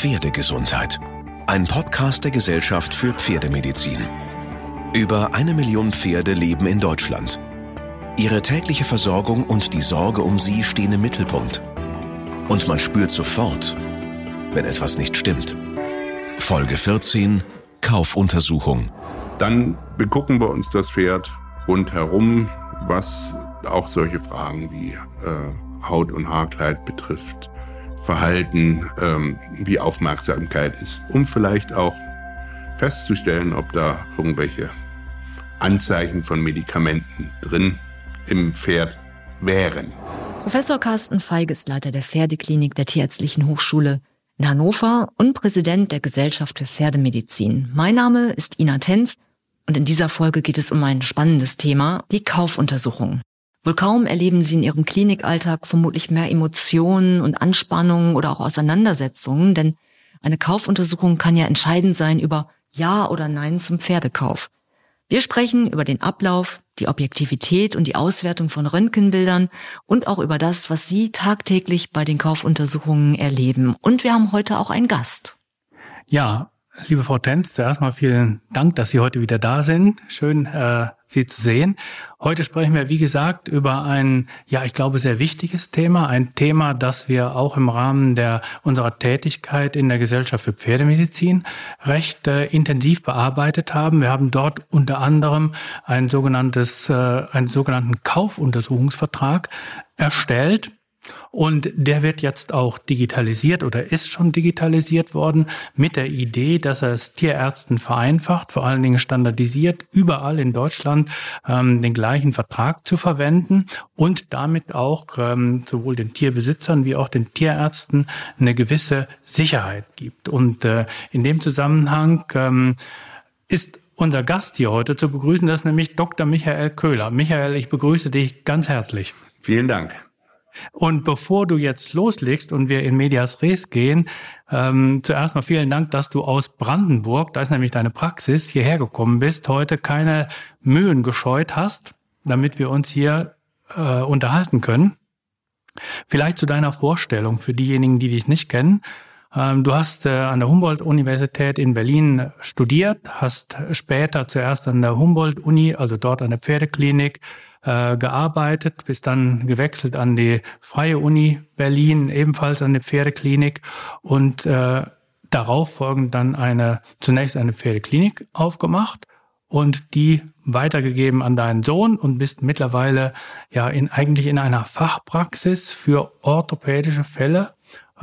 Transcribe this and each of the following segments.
Pferdegesundheit. Ein Podcast der Gesellschaft für Pferdemedizin. Über 1 Million Pferde leben in Deutschland. Ihre tägliche Versorgung und die Sorge um sie stehen im Mittelpunkt. Und man spürt sofort, wenn etwas nicht stimmt. Folge 14: Kaufuntersuchung. Dann begucken wir uns das Pferd rundherum, was auch solche Fragen wie Haut- und Haarkleid betrifft, Verhalten, wie Aufmerksamkeit ist, um vielleicht auch festzustellen, ob da irgendwelche Anzeichen von Medikamenten drin im Pferd wären. Professor Carsten Feig ist Leiter der Pferdeklinik der Tierärztlichen Hochschule in Hannover und Präsident der Gesellschaft für Pferdemedizin. Mein Name ist Ina Tenz und in dieser Folge geht es um ein spannendes Thema, die Kaufuntersuchung. Wohl kaum erleben Sie in Ihrem Klinikalltag vermutlich mehr Emotionen und Anspannungen oder auch Auseinandersetzungen, denn eine Kaufuntersuchung kann ja entscheidend sein über Ja oder Nein zum Pferdekauf. Wir sprechen über den Ablauf, die Objektivität und die Auswertung von Röntgenbildern und auch über das, was Sie tagtäglich bei den Kaufuntersuchungen erleben. Und wir haben heute auch einen Gast. Ja, liebe Frau Tenz, zuerst mal vielen Dank, dass Sie heute wieder da sind. Schön, Sie zu sehen. Heute sprechen wir, wie gesagt, über ein, ich glaube, sehr wichtiges Thema. Ein Thema, das wir auch im Rahmen unserer Tätigkeit in der Gesellschaft für Pferdemedizin recht intensiv bearbeitet haben. Wir haben dort unter anderem einen sogenannten Kaufuntersuchungsvertrag erstellt. Und der wird jetzt auch digitalisiert oder ist schon digitalisiert worden mit der Idee, dass er es Tierärzten vereinfacht, vor allen Dingen standardisiert, überall in Deutschland den gleichen Vertrag zu verwenden und damit auch sowohl den Tierbesitzern wie auch den Tierärzten eine gewisse Sicherheit gibt. Und in dem Zusammenhang ist unser Gast hier heute zu begrüßen, das ist nämlich Dr. Michael Köhler. Michael, ich begrüße dich ganz herzlich. Vielen Dank. Und bevor du jetzt loslegst und wir in Medias Res gehen, zuerst mal vielen Dank, dass du aus Brandenburg, da ist nämlich deine Praxis, hierher gekommen bist, heute keine Mühen gescheut hast, damit wir uns hier unterhalten können. Vielleicht zu deiner Vorstellung für diejenigen, die dich nicht kennen. Du hast an der Humboldt-Universität in Berlin studiert, hast später zuerst an der Humboldt-Uni, also dort an der Pferdeklinik, gearbeitet, bist dann gewechselt an die Freie Uni Berlin, ebenfalls an die Pferdeklinik und darauf folgend dann zunächst eine Pferdeklinik aufgemacht und die weitergegeben an deinen Sohn und bist mittlerweile eigentlich in einer Fachpraxis für orthopädische Fälle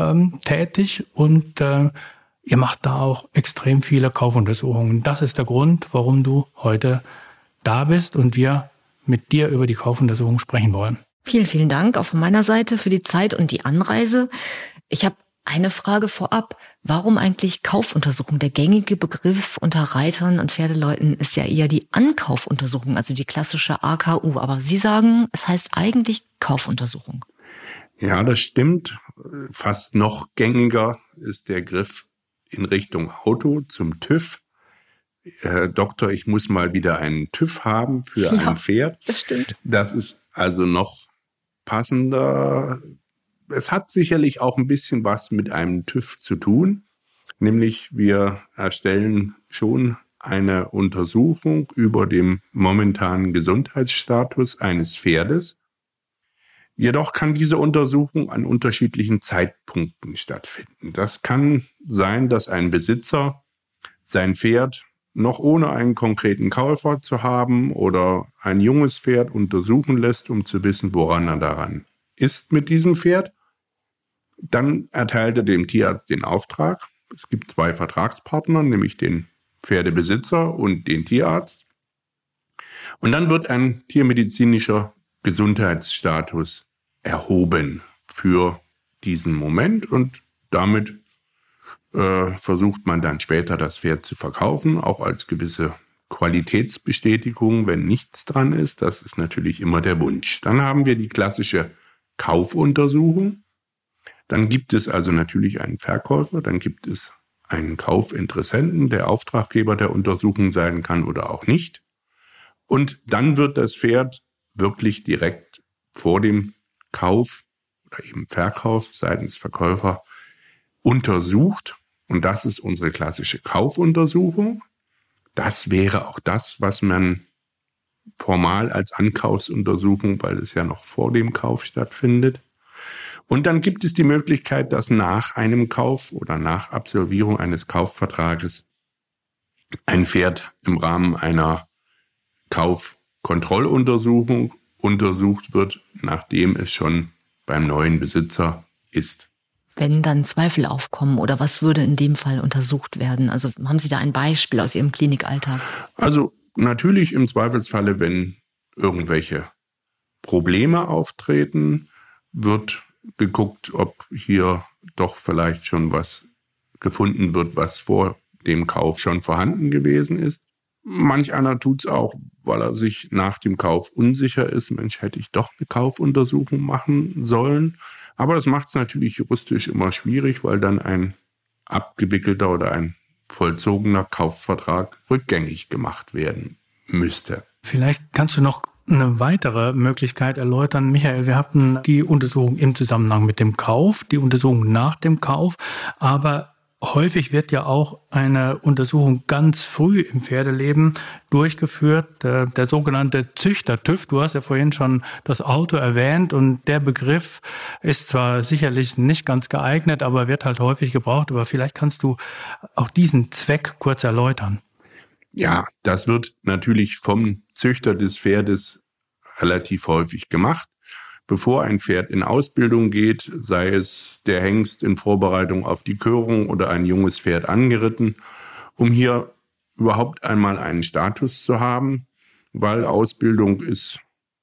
tätig und ihr macht da auch extrem viele Kaufuntersuchungen. Das ist der Grund, warum du heute da bist und wir mit dir über die Kaufuntersuchung sprechen wollen. Vielen, vielen Dank auch von meiner Seite für die Zeit und die Anreise. Ich habe eine Frage vorab. Warum eigentlich Kaufuntersuchung? Der gängige Begriff unter Reitern und Pferdeleuten ist ja eher die Ankaufuntersuchung, also die klassische AKU. Aber Sie sagen, es heißt eigentlich Kaufuntersuchung. Ja, das stimmt. Fast noch gängiger ist der Griff in Richtung Auto zum TÜV. Doktor, ich muss mal wieder einen TÜV haben für ein Pferd. Das stimmt. Das ist also noch passender. Es hat sicherlich auch ein bisschen was mit einem TÜV zu tun. Nämlich wir erstellen schon eine Untersuchung über den momentanen Gesundheitsstatus eines Pferdes. Jedoch kann diese Untersuchung an unterschiedlichen Zeitpunkten stattfinden. Das kann sein, dass ein Besitzer sein Pferd noch ohne einen konkreten Käufer zu haben oder ein junges Pferd untersuchen lässt, um zu wissen, woran er daran ist mit diesem Pferd. Dann erteilt er dem Tierarzt den Auftrag. Es gibt 2 Vertragspartner, nämlich den Pferdebesitzer und den Tierarzt. Und dann wird ein tiermedizinischer Gesundheitsstatus erhoben für diesen Moment und damit versucht man dann später das Pferd zu verkaufen, auch als gewisse Qualitätsbestätigung, wenn nichts dran ist. Das ist natürlich immer der Wunsch. Dann haben wir die klassische Kaufuntersuchung. Dann gibt es also natürlich einen Verkäufer, dann gibt es einen Kaufinteressenten, der Auftraggeber der Untersuchung sein kann oder auch nicht. Und dann wird das Pferd wirklich direkt vor dem Kauf oder eben Verkauf seitens Verkäufer untersucht. Und das ist unsere klassische Kaufuntersuchung. Das wäre auch das, was man formal als Ankaufsuntersuchung, weil es ja noch vor dem Kauf stattfindet. Und dann gibt es die Möglichkeit, dass nach einem Kauf oder nach Absolvierung eines Kaufvertrages ein Pferd im Rahmen einer Kaufkontrolluntersuchung untersucht wird, nachdem es schon beim neuen Besitzer ist. Wenn dann Zweifel aufkommen oder was würde in dem Fall untersucht werden? Also haben Sie da ein Beispiel aus Ihrem Klinikalltag? Also natürlich im Zweifelsfalle, wenn irgendwelche Probleme auftreten, wird geguckt, ob hier doch vielleicht schon was gefunden wird, was vor dem Kauf schon vorhanden gewesen ist. Manch einer tut's auch, weil er sich nach dem Kauf unsicher ist. Mensch, hätte ich doch eine Kaufuntersuchung machen sollen. Aber das macht es natürlich juristisch immer schwierig, weil dann ein abgewickelter oder ein vollzogener Kaufvertrag rückgängig gemacht werden müsste. Vielleicht kannst du noch eine weitere Möglichkeit erläutern. Michael, wir hatten die Untersuchung im Zusammenhang mit dem Kauf, die Untersuchung nach dem Kauf, aber häufig wird ja auch eine Untersuchung ganz früh im Pferdeleben durchgeführt, der sogenannte Züchter-TÜV. Du hast ja vorhin schon das Auto erwähnt und der Begriff ist zwar sicherlich nicht ganz geeignet, aber wird halt häufig gebraucht. Aber vielleicht kannst du auch diesen Zweck kurz erläutern. Ja, das wird natürlich vom Züchter des Pferdes relativ häufig gemacht. Bevor ein Pferd in Ausbildung geht, sei es der Hengst in Vorbereitung auf die Körung oder ein junges Pferd angeritten, um hier überhaupt einmal einen Status zu haben, weil Ausbildung ist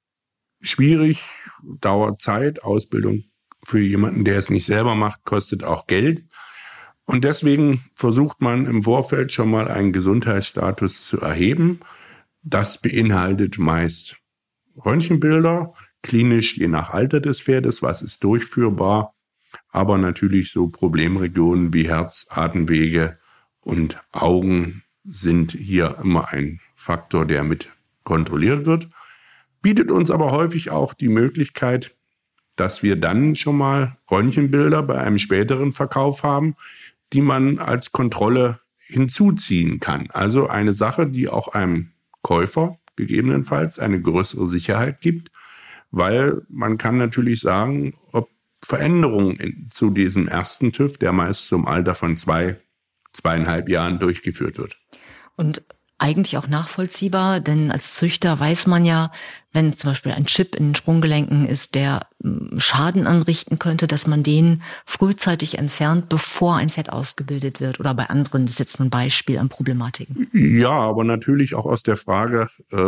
schwierig, dauert Zeit. Ausbildung für jemanden, der es nicht selber macht, kostet auch Geld. Und deswegen versucht man im Vorfeld schon mal einen Gesundheitsstatus zu erheben. Das beinhaltet meist Röntgenbilder, klinisch je nach Alter des Pferdes, was ist durchführbar, aber natürlich so Problemregionen wie Herz, Atemwege und Augen sind hier immer ein Faktor, der mit kontrolliert wird. Bietet uns aber häufig auch die Möglichkeit, dass wir dann schon mal Röntgenbilder bei einem späteren Verkauf haben, die man als Kontrolle hinzuziehen kann. Also eine Sache, die auch einem Käufer gegebenenfalls eine größere Sicherheit gibt, weil man kann natürlich sagen, ob Veränderungen zu diesem ersten TÜV, der meist zum Alter von 2,5 Jahren durchgeführt wird. Und eigentlich auch nachvollziehbar, denn als Züchter weiß man ja, wenn zum Beispiel ein Chip in den Sprunggelenken ist, der Schaden anrichten könnte, dass man den frühzeitig entfernt, bevor ein Pferd ausgebildet wird. Oder bei anderen, das ist jetzt nur ein Beispiel an Problematiken. Ja, aber natürlich auch aus der Frage,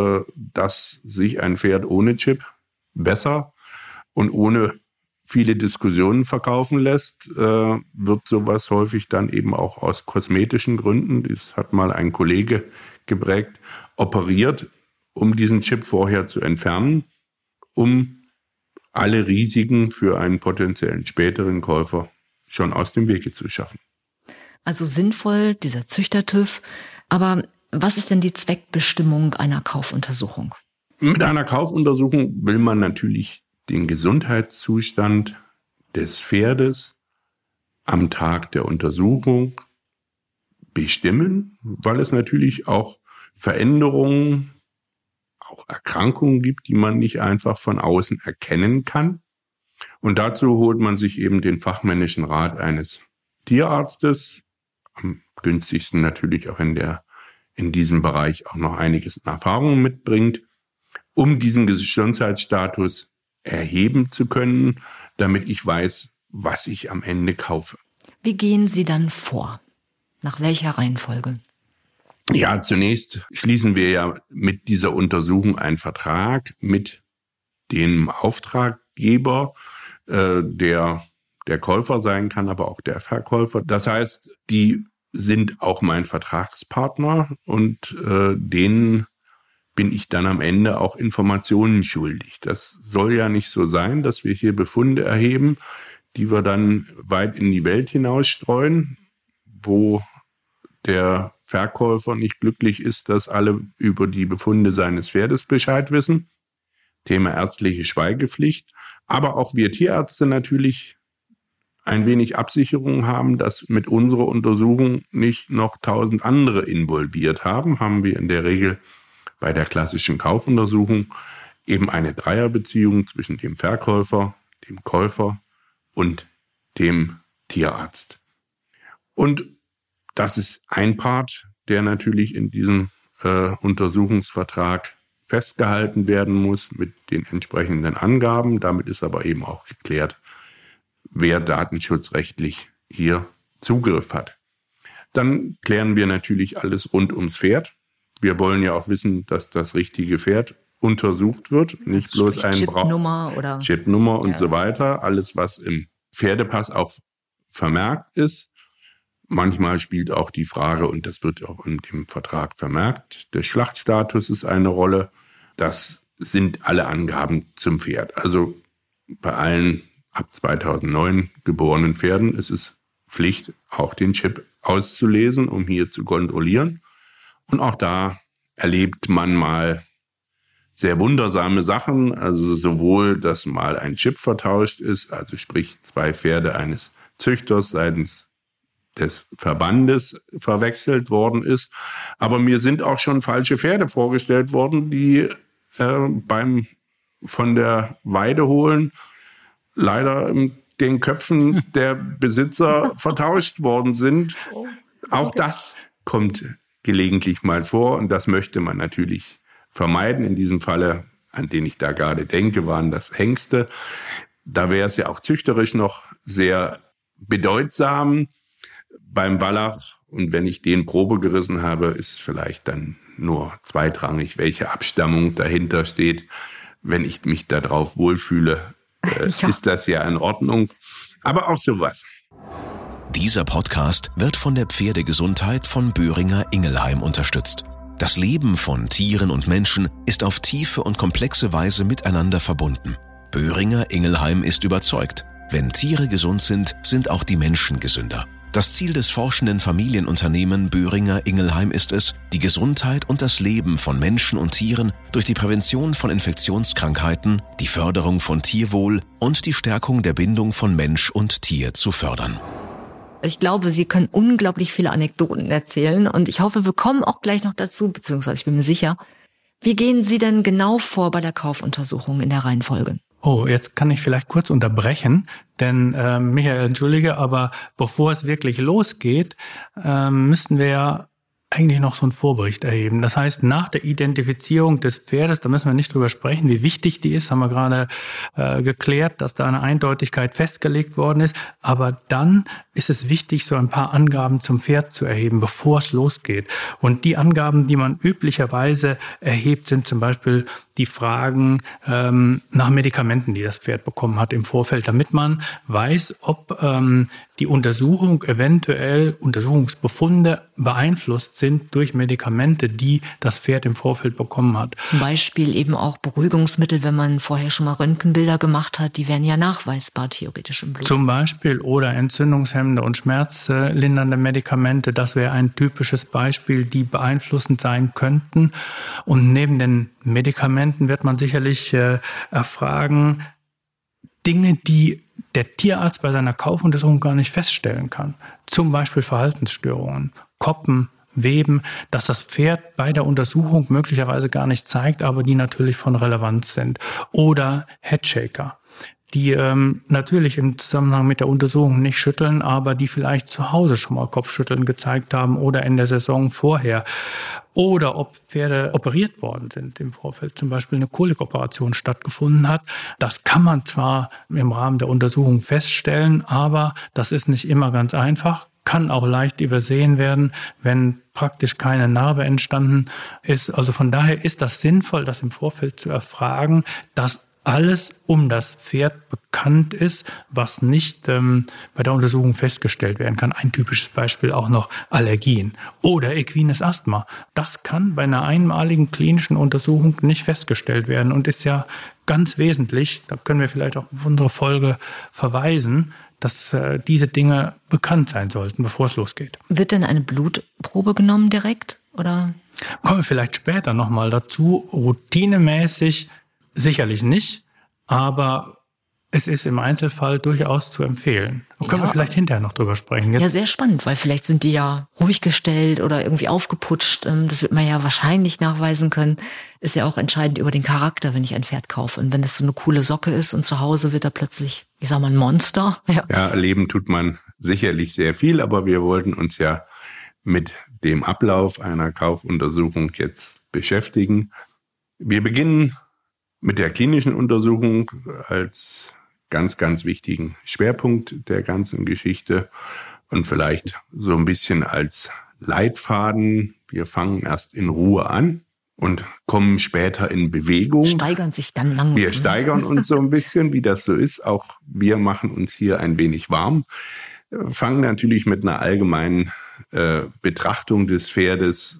dass sich ein Pferd ohne Chip besser und ohne viele Diskussionen verkaufen lässt, wird sowas häufig dann eben auch aus kosmetischen Gründen, das hat mal ein Kollege geprägt, operiert, um diesen Chip vorher zu entfernen, um alle Risiken für einen potenziellen späteren Käufer schon aus dem Wege zu schaffen. Also sinnvoll, dieser Züchter-TÜV. Aber was ist denn die Zweckbestimmung einer Kaufuntersuchung? Mit einer Kaufuntersuchung will man natürlich den Gesundheitszustand des Pferdes am Tag der Untersuchung bestimmen, weil es natürlich auch Veränderungen, auch Erkrankungen gibt, die man nicht einfach von außen erkennen kann. Und dazu holt man sich eben den fachmännischen Rat eines Tierarztes, am günstigsten natürlich auch in diesem Bereich auch noch einiges an Erfahrung mitbringt, um diesen Gesundheitsstatus erheben zu können, damit ich weiß, was ich am Ende kaufe. Wie gehen Sie dann vor? Nach welcher Reihenfolge? Ja, zunächst schließen wir ja mit dieser Untersuchung einen Vertrag mit dem Auftraggeber, der Käufer sein kann, aber auch der Verkäufer. Das heißt, die sind auch mein Vertragspartner und denen bin ich dann am Ende auch Informationen schuldig. Das soll ja nicht so sein, dass wir hier Befunde erheben, die wir dann weit in die Welt hinausstreuen, wo der Verkäufer nicht glücklich ist, dass alle über die Befunde seines Pferdes Bescheid wissen. Thema ärztliche Schweigepflicht. Aber auch wir Tierärzte natürlich ein wenig Absicherung haben, dass mit unserer Untersuchung nicht noch 1000 andere involviert haben wir in der Regel bei der klassischen Kaufuntersuchung eben eine Dreierbeziehung zwischen dem Verkäufer, dem Käufer und dem Tierarzt. Und das ist ein Part, der natürlich in diesem Untersuchungsvertrag festgehalten werden muss mit den entsprechenden Angaben. Damit ist aber eben auch geklärt, wer datenschutzrechtlich hier Zugriff hat. Dann klären wir natürlich alles rund ums Pferd. Wir wollen ja auch wissen, dass das richtige Pferd untersucht wird, nicht bloß ein Chipnummer und so weiter. Alles, was im Pferdepass auch vermerkt ist. Manchmal spielt auch die Frage, und das wird auch in dem Vertrag vermerkt, des Schlachtstatuses eine Rolle. Das sind alle Angaben zum Pferd. Also bei allen ab 2009 geborenen Pferden ist es Pflicht, auch den Chip auszulesen, um hier zu kontrollieren. Und auch da erlebt man mal sehr wundersame Sachen, also sowohl, dass mal ein Chip vertauscht ist, also sprich 2 Pferde eines Züchters seitens des Verbandes verwechselt worden ist. Aber mir sind auch schon falsche Pferde vorgestellt worden, die beim von der Weide holen leider in den Köpfen der Besitzer vertauscht worden sind. Auch das kommt gelegentlich mal vor und das möchte man natürlich vermeiden. In diesem Falle, an den ich da gerade denke, waren das Hengste. Da wäre es ja auch züchterisch noch sehr bedeutsam. Beim Wallach, und wenn ich den Probe gerissen habe, ist vielleicht dann nur zweitrangig, welche Abstammung dahinter steht. Wenn ich mich darauf wohlfühle, ist das ja in Ordnung. Aber auch sowas. Dieser Podcast wird von der Pferdegesundheit von Boehringer Ingelheim unterstützt. Das Leben von Tieren und Menschen ist auf tiefe und komplexe Weise miteinander verbunden. Boehringer Ingelheim ist überzeugt, wenn Tiere gesund sind, sind auch die Menschen gesünder. Das Ziel des forschenden Familienunternehmen Boehringer Ingelheim ist es, die Gesundheit und das Leben von Menschen und Tieren durch die Prävention von Infektionskrankheiten, die Förderung von Tierwohl und die Stärkung der Bindung von Mensch und Tier zu fördern. Ich glaube, Sie können unglaublich viele Anekdoten erzählen und ich hoffe, wir kommen auch gleich noch dazu, beziehungsweise ich bin mir sicher. Wie gehen Sie denn genau vor bei der Kaufuntersuchung in der Reihenfolge? Oh, jetzt kann ich vielleicht kurz unterbrechen, denn Michael, entschuldige, aber bevor es wirklich losgeht, müssten wir ja eigentlich noch so einen Vorbericht erheben. Das heißt, nach der Identifizierung des Pferdes, da müssen wir nicht drüber sprechen, wie wichtig die ist, haben wir gerade geklärt, dass da eine Eindeutigkeit festgelegt worden ist. Aber dann ist es wichtig, so ein paar Angaben zum Pferd zu erheben, bevor es losgeht. Und die Angaben, die man üblicherweise erhebt, sind zum Beispiel die Fragen nach Medikamenten, die das Pferd bekommen hat im Vorfeld, damit man weiß, ob die Untersuchung eventuell Untersuchungsbefunde beeinflusst sind durch Medikamente, die das Pferd im Vorfeld bekommen hat. Zum Beispiel eben auch Beruhigungsmittel, wenn man vorher schon mal Röntgenbilder gemacht hat, die wären ja nachweisbar theoretisch im Blut. Zum Beispiel oder entzündungshemmende und schmerzlindernde Medikamente, das wäre ein typisches Beispiel, die beeinflussend sein könnten. Und neben den Medikamenten wird man sicherlich erfragen, Dinge, die der Tierarzt bei seiner Kaufuntersuchung gar nicht feststellen kann. Zum Beispiel Verhaltensstörungen, Koppen, Weben, dass das Pferd bei der Untersuchung möglicherweise gar nicht zeigt, aber die natürlich von Relevanz sind. Oder Headshaker, die natürlich im Zusammenhang mit der Untersuchung nicht schütteln, aber die vielleicht zu Hause schon mal Kopfschütteln gezeigt haben oder in der Saison vorher. Oder ob Pferde operiert worden sind im Vorfeld, zum Beispiel eine Kolikoperation stattgefunden hat. Das kann man zwar im Rahmen der Untersuchung feststellen, aber das ist nicht immer ganz einfach, kann auch leicht übersehen werden, wenn praktisch keine Narbe entstanden ist. Also von daher ist das sinnvoll, das im Vorfeld zu erfragen, dass alles um das Pferd bekannt ist, was nicht bei der Untersuchung festgestellt werden kann. Ein typisches Beispiel auch noch Allergien oder equines Asthma. Das kann bei einer einmaligen klinischen Untersuchung nicht festgestellt werden und ist ja ganz wesentlich, da können wir vielleicht auch auf unsere Folge verweisen, dass diese Dinge bekannt sein sollten, bevor es losgeht. Wird denn eine Blutprobe genommen direkt, oder? Kommen wir vielleicht später nochmal dazu. Routinemäßig sicherlich nicht, aber es ist im Einzelfall durchaus zu empfehlen. Und können wir vielleicht hinterher noch drüber sprechen. Ja, sehr spannend, weil vielleicht sind die ja ruhig gestellt oder irgendwie aufgeputscht. Das wird man ja wahrscheinlich nachweisen können. Ist ja auch entscheidend über den Charakter, wenn ich ein Pferd kaufe. Und wenn das so eine coole Socke ist und zu Hause wird er plötzlich, ich sag mal, ein Monster. Ja, erleben tut man sicherlich sehr viel, aber wir wollten uns ja mit dem Ablauf einer Kaufuntersuchung jetzt beschäftigen. Wir beginnen mit der klinischen Untersuchung als ganz, ganz wichtigen Schwerpunkt der ganzen Geschichte und vielleicht so ein bisschen als Leitfaden. Wir fangen erst in Ruhe an und kommen später in Bewegung. Steigern sich dann langsam. Wir steigern uns so ein bisschen, wie das so ist. Auch wir machen uns hier ein wenig warm. Fangen natürlich mit einer allgemeinen Betrachtung des Pferdes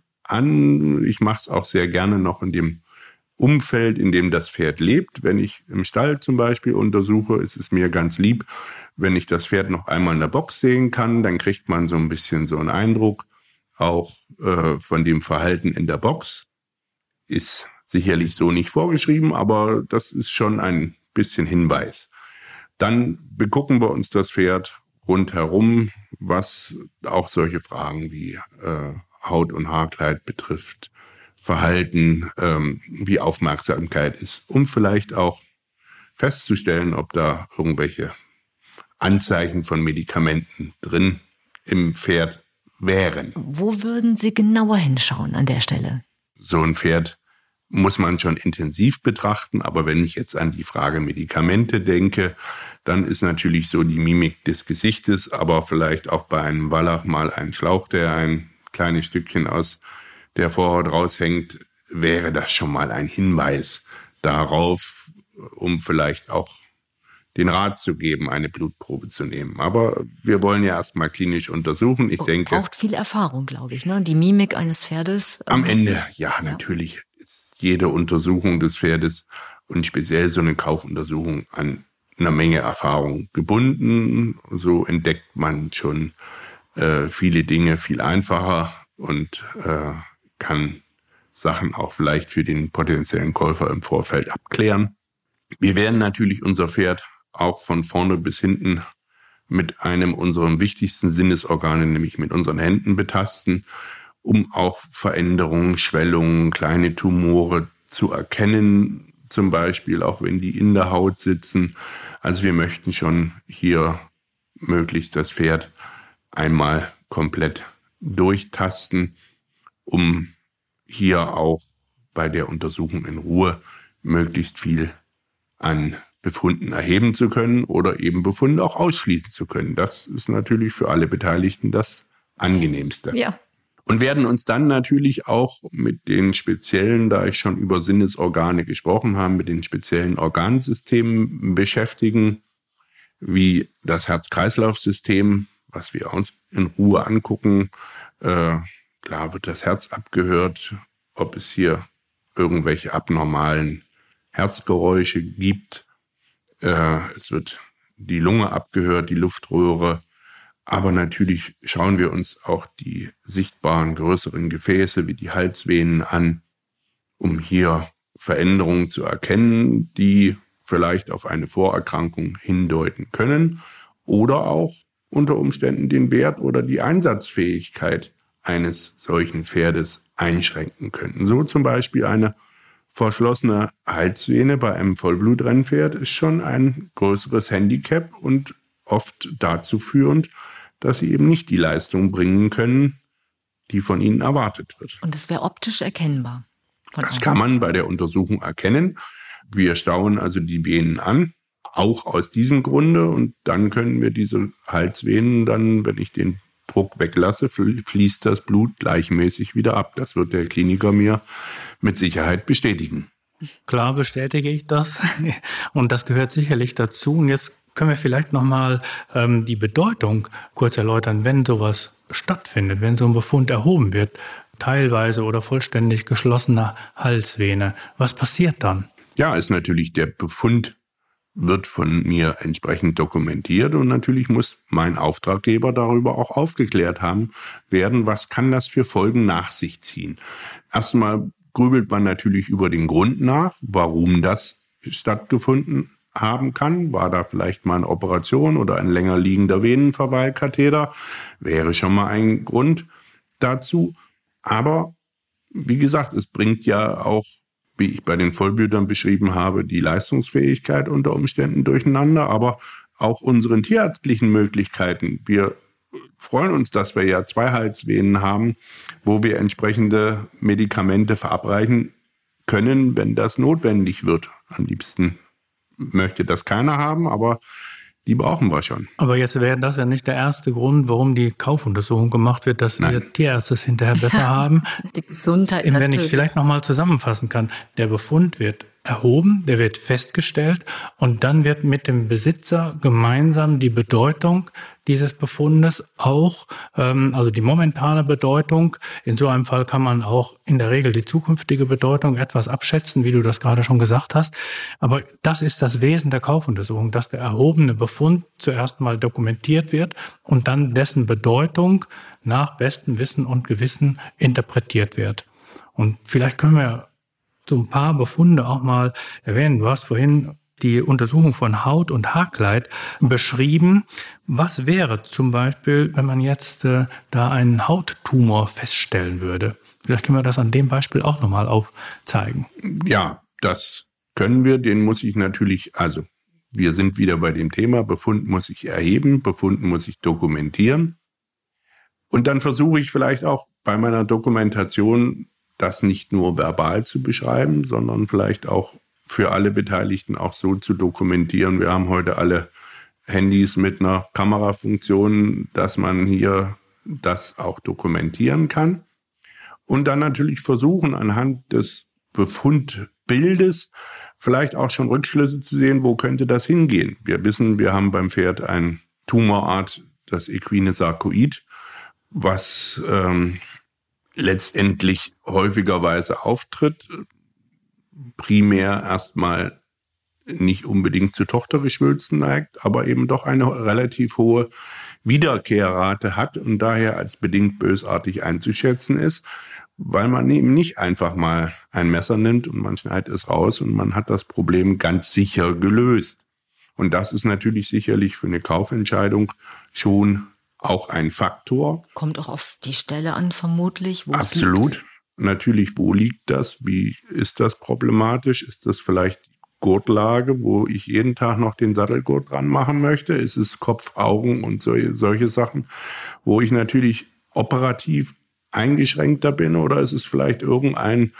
an. Ich mache es auch sehr gerne noch in dem Umfeld, in dem das Pferd lebt. Wenn ich im Stall zum Beispiel untersuche, ist es mir ganz lieb, wenn ich das Pferd noch einmal in der Box sehen kann, dann kriegt man so ein bisschen so einen Eindruck auch von dem Verhalten in der Box. Ist sicherlich so nicht vorgeschrieben, aber das ist schon ein bisschen Hinweis. Dann begucken wir uns das Pferd rundherum, was auch solche Fragen wie Haut- und Haarkleid betrifft, Verhalten, wie Aufmerksamkeit ist, um vielleicht auch festzustellen, ob da irgendwelche Anzeichen von Medikamenten drin im Pferd wären. Wo würden Sie genauer hinschauen an der Stelle? So ein Pferd muss man schon intensiv betrachten, aber wenn ich jetzt an die Frage Medikamente denke, dann ist natürlich so die Mimik des Gesichtes, aber vielleicht auch bei einem Wallach mal ein Schlauch, der ein kleines Stückchen aus der Vorhaut raushängt, wäre das schon mal ein Hinweis darauf, um vielleicht auch den Rat zu geben, eine Blutprobe zu nehmen. Aber wir wollen ja erstmal klinisch untersuchen. Ich denke, braucht viel Erfahrung, glaube ich, ne? Die Mimik eines Pferdes. Am Ende, ja, natürlich ist jede Untersuchung des Pferdes und speziell so eine Kaufuntersuchung an einer Menge Erfahrung gebunden. So entdeckt man schon viele Dinge viel einfacher und kann Sachen auch vielleicht für den potenziellen Käufer im Vorfeld abklären. Wir werden natürlich unser Pferd auch von vorne bis hinten mit einem unserer wichtigsten Sinnesorgane, nämlich mit unseren Händen betasten, um auch Veränderungen, Schwellungen, kleine Tumore zu erkennen, zum Beispiel auch wenn die in der Haut sitzen. Also wir möchten schon hier möglichst das Pferd einmal komplett durchtasten, um hier auch bei der Untersuchung in Ruhe möglichst viel an Befunden erheben zu können oder eben Befunde auch ausschließen zu können. Das ist natürlich für alle Beteiligten das Angenehmste. Ja. Und werden uns dann natürlich auch mit den speziellen, da ich schon über Sinnesorgane gesprochen habe, mit den speziellen Organsystemen beschäftigen, wie das Herz-Kreislauf-System, was wir uns in Ruhe angucken. Klar wird das Herz abgehört, ob es hier irgendwelche abnormalen Herzgeräusche gibt. Es wird die Lunge abgehört, die Luftröhre. Aber natürlich schauen wir uns auch die sichtbaren größeren Gefäße wie die Halsvenen an, um hier Veränderungen zu erkennen, die vielleicht auf eine Vorerkrankung hindeuten können oder auch unter Umständen den Wert oder die Einsatzfähigkeit eines solchen Pferdes einschränken könnten. So zum Beispiel eine verschlossene Halsvene bei einem Vollblutrennpferd ist schon ein größeres Handicap und oft dazu führend, dass sie eben nicht die Leistung bringen können, die von ihnen erwartet wird. Und es wäre optisch erkennbar. Das kann man bei der Untersuchung erkennen. Wir schauen also die Venen an, auch aus diesem Grunde, und dann können wir diese Halsvenen dann, wenn ich den Druck weglasse, fließt das Blut gleichmäßig wieder ab. Das wird der Kliniker mir mit Sicherheit bestätigen. Klar bestätige ich das. Und das gehört sicherlich dazu. Und jetzt können wir vielleicht nochmal die Bedeutung kurz erläutern, wenn sowas stattfindet, wenn so ein Befund erhoben wird, teilweise oder vollständig geschlossener Halsvene. Was passiert dann? Ja, ist natürlich der Befund wird von mir entsprechend dokumentiert und natürlich muss mein Auftraggeber darüber auch aufgeklärt haben werden, was kann das für Folgen nach sich ziehen. Erstmal grübelt man natürlich über den Grund nach, warum das stattgefunden haben kann. War da vielleicht mal eine Operation oder ein länger liegender Venenverweilkatheter? Wäre schon mal ein Grund dazu. Aber wie gesagt, es bringt ja auch, wie ich bei den Vollblutern beschrieben habe, die Leistungsfähigkeit unter Umständen durcheinander, aber auch unseren tierärztlichen Möglichkeiten. Wir freuen uns, dass wir ja 2 Halsvenen haben, wo wir entsprechende Medikamente verabreichen können, wenn das notwendig wird. Am liebsten möchte das keiner haben, aber die brauchen wir schon. Aber jetzt wäre das ja nicht der erste Grund, warum die Kaufuntersuchung gemacht wird, dass die Tierärzte es hinterher besser haben. Die Gesundheit Wenn natürlich. ich es vielleicht nochmal zusammenfassen kann. Der Befund wird erhoben, der wird festgestellt und dann wird mit dem Besitzer gemeinsam die Bedeutung dieses Befundes auch, also die momentane Bedeutung, in so einem Fall kann man auch in der Regel die zukünftige Bedeutung etwas abschätzen, wie du das gerade schon gesagt hast. Aber das ist das Wesen der Kaufuntersuchung, dass der erhobene Befund zuerst mal dokumentiert wird und dann dessen Bedeutung nach bestem Wissen und Gewissen interpretiert wird. Und vielleicht können wir so ein paar Befunde auch mal erwähnen. Du hast vorhin die Untersuchung von Haut- und Haarkleid beschrieben. Was wäre zum Beispiel, wenn man jetzt da einen Hauttumor feststellen würde? Vielleicht können wir das an dem Beispiel auch nochmal aufzeigen. Ja, das können wir. Den muss ich natürlich, also wir sind wieder bei dem Thema, Befund muss ich erheben, Befund muss ich dokumentieren. Und dann versuche ich vielleicht auch bei meiner Dokumentation das nicht nur verbal zu beschreiben, sondern vielleicht auch für alle Beteiligten auch so zu dokumentieren. Wir haben heute alle Handys mit einer Kamerafunktion, dass man hier das auch dokumentieren kann. Und dann natürlich versuchen, anhand des Befundbildes vielleicht auch schon Rückschlüsse zu sehen, wo könnte das hingehen. Wir wissen, wir haben beim Pferd eine Tumorart, das equine Sarkoid, was letztendlich häufigerweise auftritt, primär erstmal nicht unbedingt zu Tochtergeschwülsten neigt, aber eben doch eine relativ hohe Wiederkehrrate hat und daher als bedingt bösartig einzuschätzen ist, weil man eben nicht einfach mal ein Messer nimmt und man schneidet es raus und man hat das Problem ganz sicher gelöst. Und das ist natürlich sicherlich für eine Kaufentscheidung schon auch ein Faktor. Kommt auch auf die Stelle an, vermutlich, wo es liegt. Absolut. Natürlich, wo liegt das? Wie ist das problematisch? Ist das vielleicht die Gurtlage, wo ich jeden Tag noch den Sattelgurt dran machen möchte? Ist es Kopf, Augen und solche Sachen, wo ich natürlich operativ eingeschränkter bin? Oder ist es vielleicht irgendein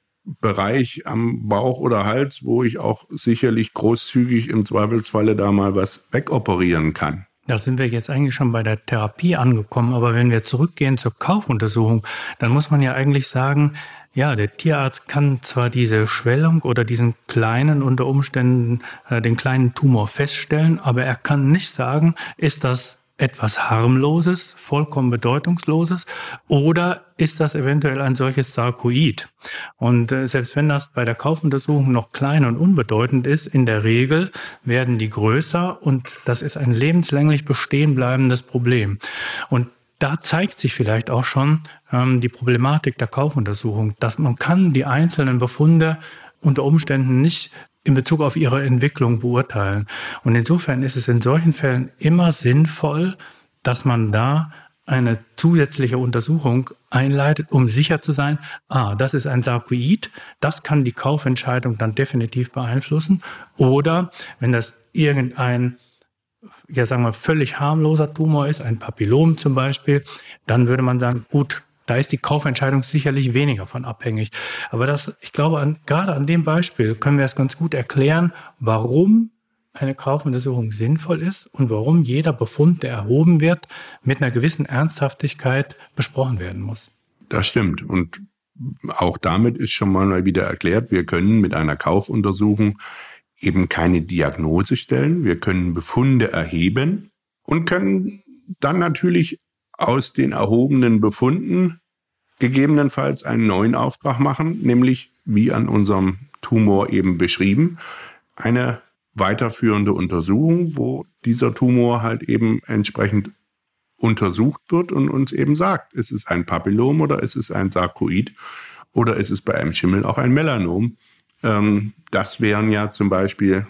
Bereich am Bauch oder Hals, wo ich auch sicherlich großzügig im Zweifelsfalle da mal was wegoperieren kann? Da sind wir jetzt eigentlich schon bei der Therapie angekommen, aber wenn wir zurückgehen zur Kaufuntersuchung, dann muss man ja eigentlich sagen, ja, der Tierarzt kann zwar diese Schwellung oder diesen kleinen, unter Umständen den kleinen Tumor feststellen, aber er kann nicht sagen, ist das etwas Harmloses, vollkommen Bedeutungsloses, oder ist das eventuell ein solches Sarkoid? Und selbst wenn das bei der Kaufuntersuchung noch klein und unbedeutend ist, in der Regel werden die größer und das ist ein lebenslänglich bestehen bleibendes Problem. Und da zeigt sich vielleicht auch schon die Problematik der Kaufuntersuchung, dass man kann die einzelnen Befunde unter Umständen nicht in Bezug auf ihre Entwicklung beurteilen. Und insofern ist es in solchen Fällen immer sinnvoll, dass man da eine zusätzliche Untersuchung einleitet, um sicher zu sein, das ist ein Sarkoid, das kann die Kaufentscheidung dann definitiv beeinflussen. Oder wenn das irgendein, ja sagen wir, völlig harmloser Tumor ist, ein Papillom zum Beispiel, dann würde man sagen, gut, da ist die Kaufentscheidung sicherlich weniger von abhängig. Aber ich glaube, gerade an dem Beispiel können wir es ganz gut erklären, warum eine Kaufuntersuchung sinnvoll ist und warum jeder Befund, der erhoben wird, mit einer gewissen Ernsthaftigkeit besprochen werden muss. Das stimmt. Und auch damit ist schon mal wieder erklärt, wir können mit einer Kaufuntersuchung eben keine Diagnose stellen. Wir können Befunde erheben und können dann natürlich aus den erhobenen Befunden gegebenenfalls einen neuen Auftrag machen, nämlich wie an unserem Tumor eben beschrieben, eine weiterführende Untersuchung, wo dieser Tumor halt eben entsprechend untersucht wird und uns eben sagt, ist es ein Papillom oder ist es ein Sarkoid oder ist es bei einem Schimmel auch ein Melanom. Das wären ja zum Beispiel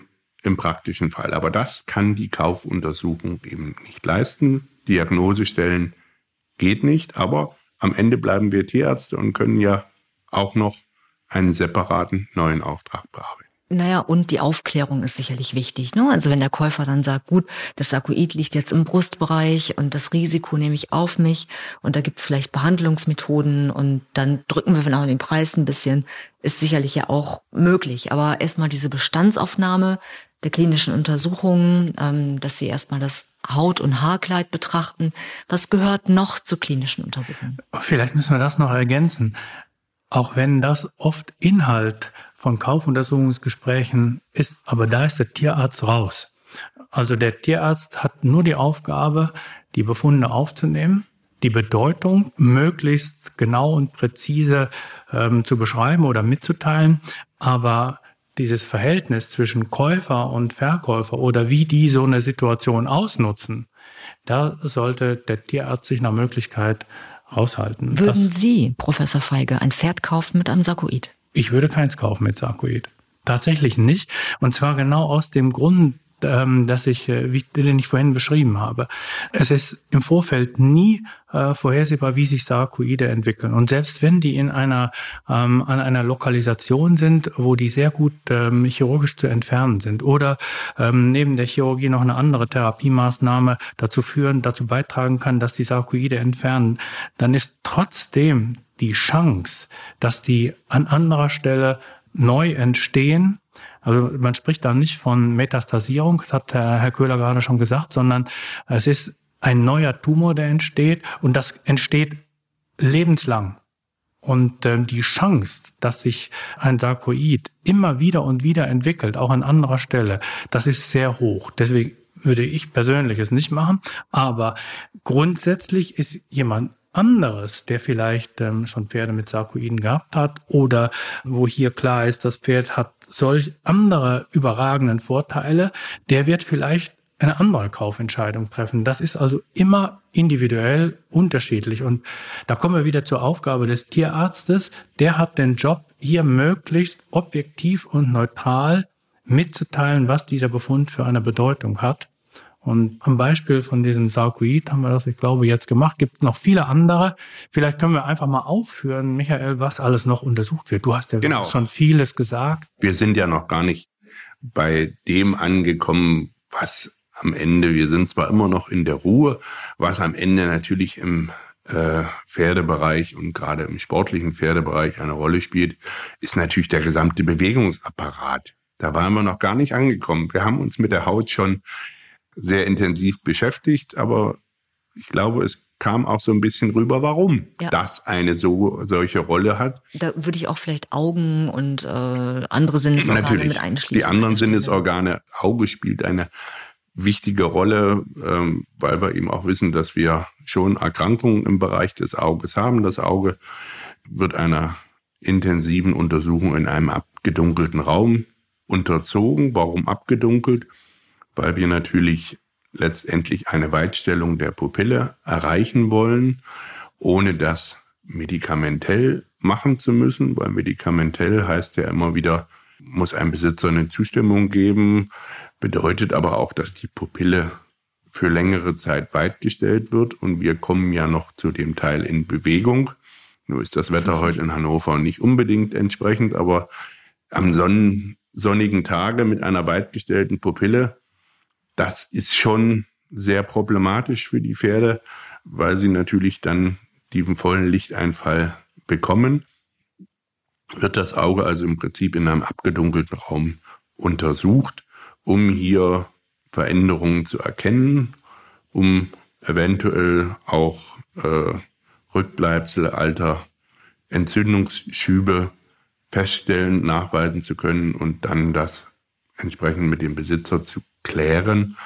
im praktischen Fall. Aber das kann die Kaufuntersuchung eben nicht leisten. Diagnose stellen geht nicht, aber am Ende bleiben wir Tierärzte und können ja auch noch einen separaten neuen Auftrag bearbeiten. Naja, und die Aufklärung ist sicherlich wichtig, ne? Also wenn der Käufer dann sagt, gut, das Sarkoid liegt jetzt im Brustbereich und das Risiko nehme ich auf mich und da gibt's vielleicht Behandlungsmethoden und dann drücken wir noch den Preis ein bisschen, ist sicherlich ja auch möglich. Aber erstmal diese Bestandsaufnahme der klinischen Untersuchungen, dass Sie erstmal das Haut- und Haarkleid betrachten. Was gehört noch zur klinischen Untersuchung? Vielleicht müssen wir das noch ergänzen. Auch wenn das oft Inhalt von Kaufuntersuchungsgesprächen ist, aber da ist der Tierarzt raus. Also der Tierarzt hat nur die Aufgabe, die Befunde aufzunehmen, die Bedeutung möglichst genau und präzise zu beschreiben oder mitzuteilen, aber dieses Verhältnis zwischen Käufer und Verkäufer oder wie die so eine Situation ausnutzen, da sollte der Tierarzt sich nach Möglichkeit raushalten. Würden Sie, Professor Feige, ein Pferd kaufen mit einem Sarkoid? Ich würde keins kaufen mit Sarkoid. Tatsächlich nicht. Und zwar genau aus dem Grund, den ich vorhin beschrieben habe. Es ist im Vorfeld nie vorhersehbar, wie sich Sarkoide entwickeln. Und selbst wenn die an einer Lokalisation sind, wo die sehr gut chirurgisch zu entfernen sind oder neben der Chirurgie noch eine andere Therapiemaßnahme dazu beitragen kann, dass die Sarkoide entfernen, dann ist trotzdem die Chance, dass die an anderer Stelle neu entstehen. Also man spricht da nicht von Metastasierung, das hat Herr Köhler gerade schon gesagt, sondern es ist ein neuer Tumor, der entsteht und das entsteht lebenslang. Und die Chance, dass sich ein Sarkoid immer wieder und wieder entwickelt, auch an anderer Stelle, das ist sehr hoch. Deswegen würde ich persönlich es nicht machen. Aber grundsätzlich ist jemand anderes, der vielleicht schon Pferde mit Sarkoiden gehabt hat oder wo hier klar ist, das Pferd hat solch andere überragenden Vorteile, der wird vielleicht eine andere Kaufentscheidung treffen. Das ist also immer individuell unterschiedlich. Und da kommen wir wieder zur Aufgabe des Tierarztes. Der hat den Job, hier möglichst objektiv und neutral mitzuteilen, was dieser Befund für eine Bedeutung hat. Und am Beispiel von diesem Sarkoid haben wir das, ich glaube, jetzt gemacht. Gibt es noch viele andere. Vielleicht können wir einfach mal aufführen, Michael, was alles noch untersucht wird. Du hast ja schon vieles gesagt. Wir sind ja noch gar nicht bei dem angekommen, was am Ende, wir sind zwar immer noch in der Ruhe, was am Ende natürlich im Pferdebereich und gerade im sportlichen Pferdebereich eine Rolle spielt, ist natürlich der gesamte Bewegungsapparat. Da waren wir noch gar nicht angekommen. Wir haben uns mit der Haut schon sehr intensiv beschäftigt, aber ich glaube, es kam auch so ein bisschen rüber, warum das eine solche Rolle hat. Da würde ich auch vielleicht Augen und andere Sinnesorgane mit einschließen. Die anderen Sinnesorgane, Auge spielt eine wichtige Rolle, weil wir eben auch wissen, dass wir schon Erkrankungen im Bereich des Auges haben. Das Auge wird einer intensiven Untersuchung in einem abgedunkelten Raum unterzogen. Warum abgedunkelt? Weil wir natürlich letztendlich eine Weitstellung der Pupille erreichen wollen, ohne das medikamentell machen zu müssen, weil medikamentell heißt ja immer wieder, muss ein Besitzer eine Zustimmung geben, bedeutet aber auch, dass die Pupille für längere Zeit weitgestellt wird und wir kommen ja noch zu dem Teil in Bewegung. Nur ist das Wetter heute in Hannover nicht unbedingt entsprechend, aber am sonnigen Tage mit einer weitgestellten Pupille, das ist schon sehr problematisch für die Pferde, weil sie natürlich dann diesen vollen Lichteinfall bekommen. Wird das Auge also im Prinzip in einem abgedunkelten Raum untersucht, um hier Veränderungen zu erkennen, um eventuell auch Rückbleibsel alter Entzündungsschübe feststellen, nachweisen zu können und dann das entsprechend mit dem Besitzer zu klären,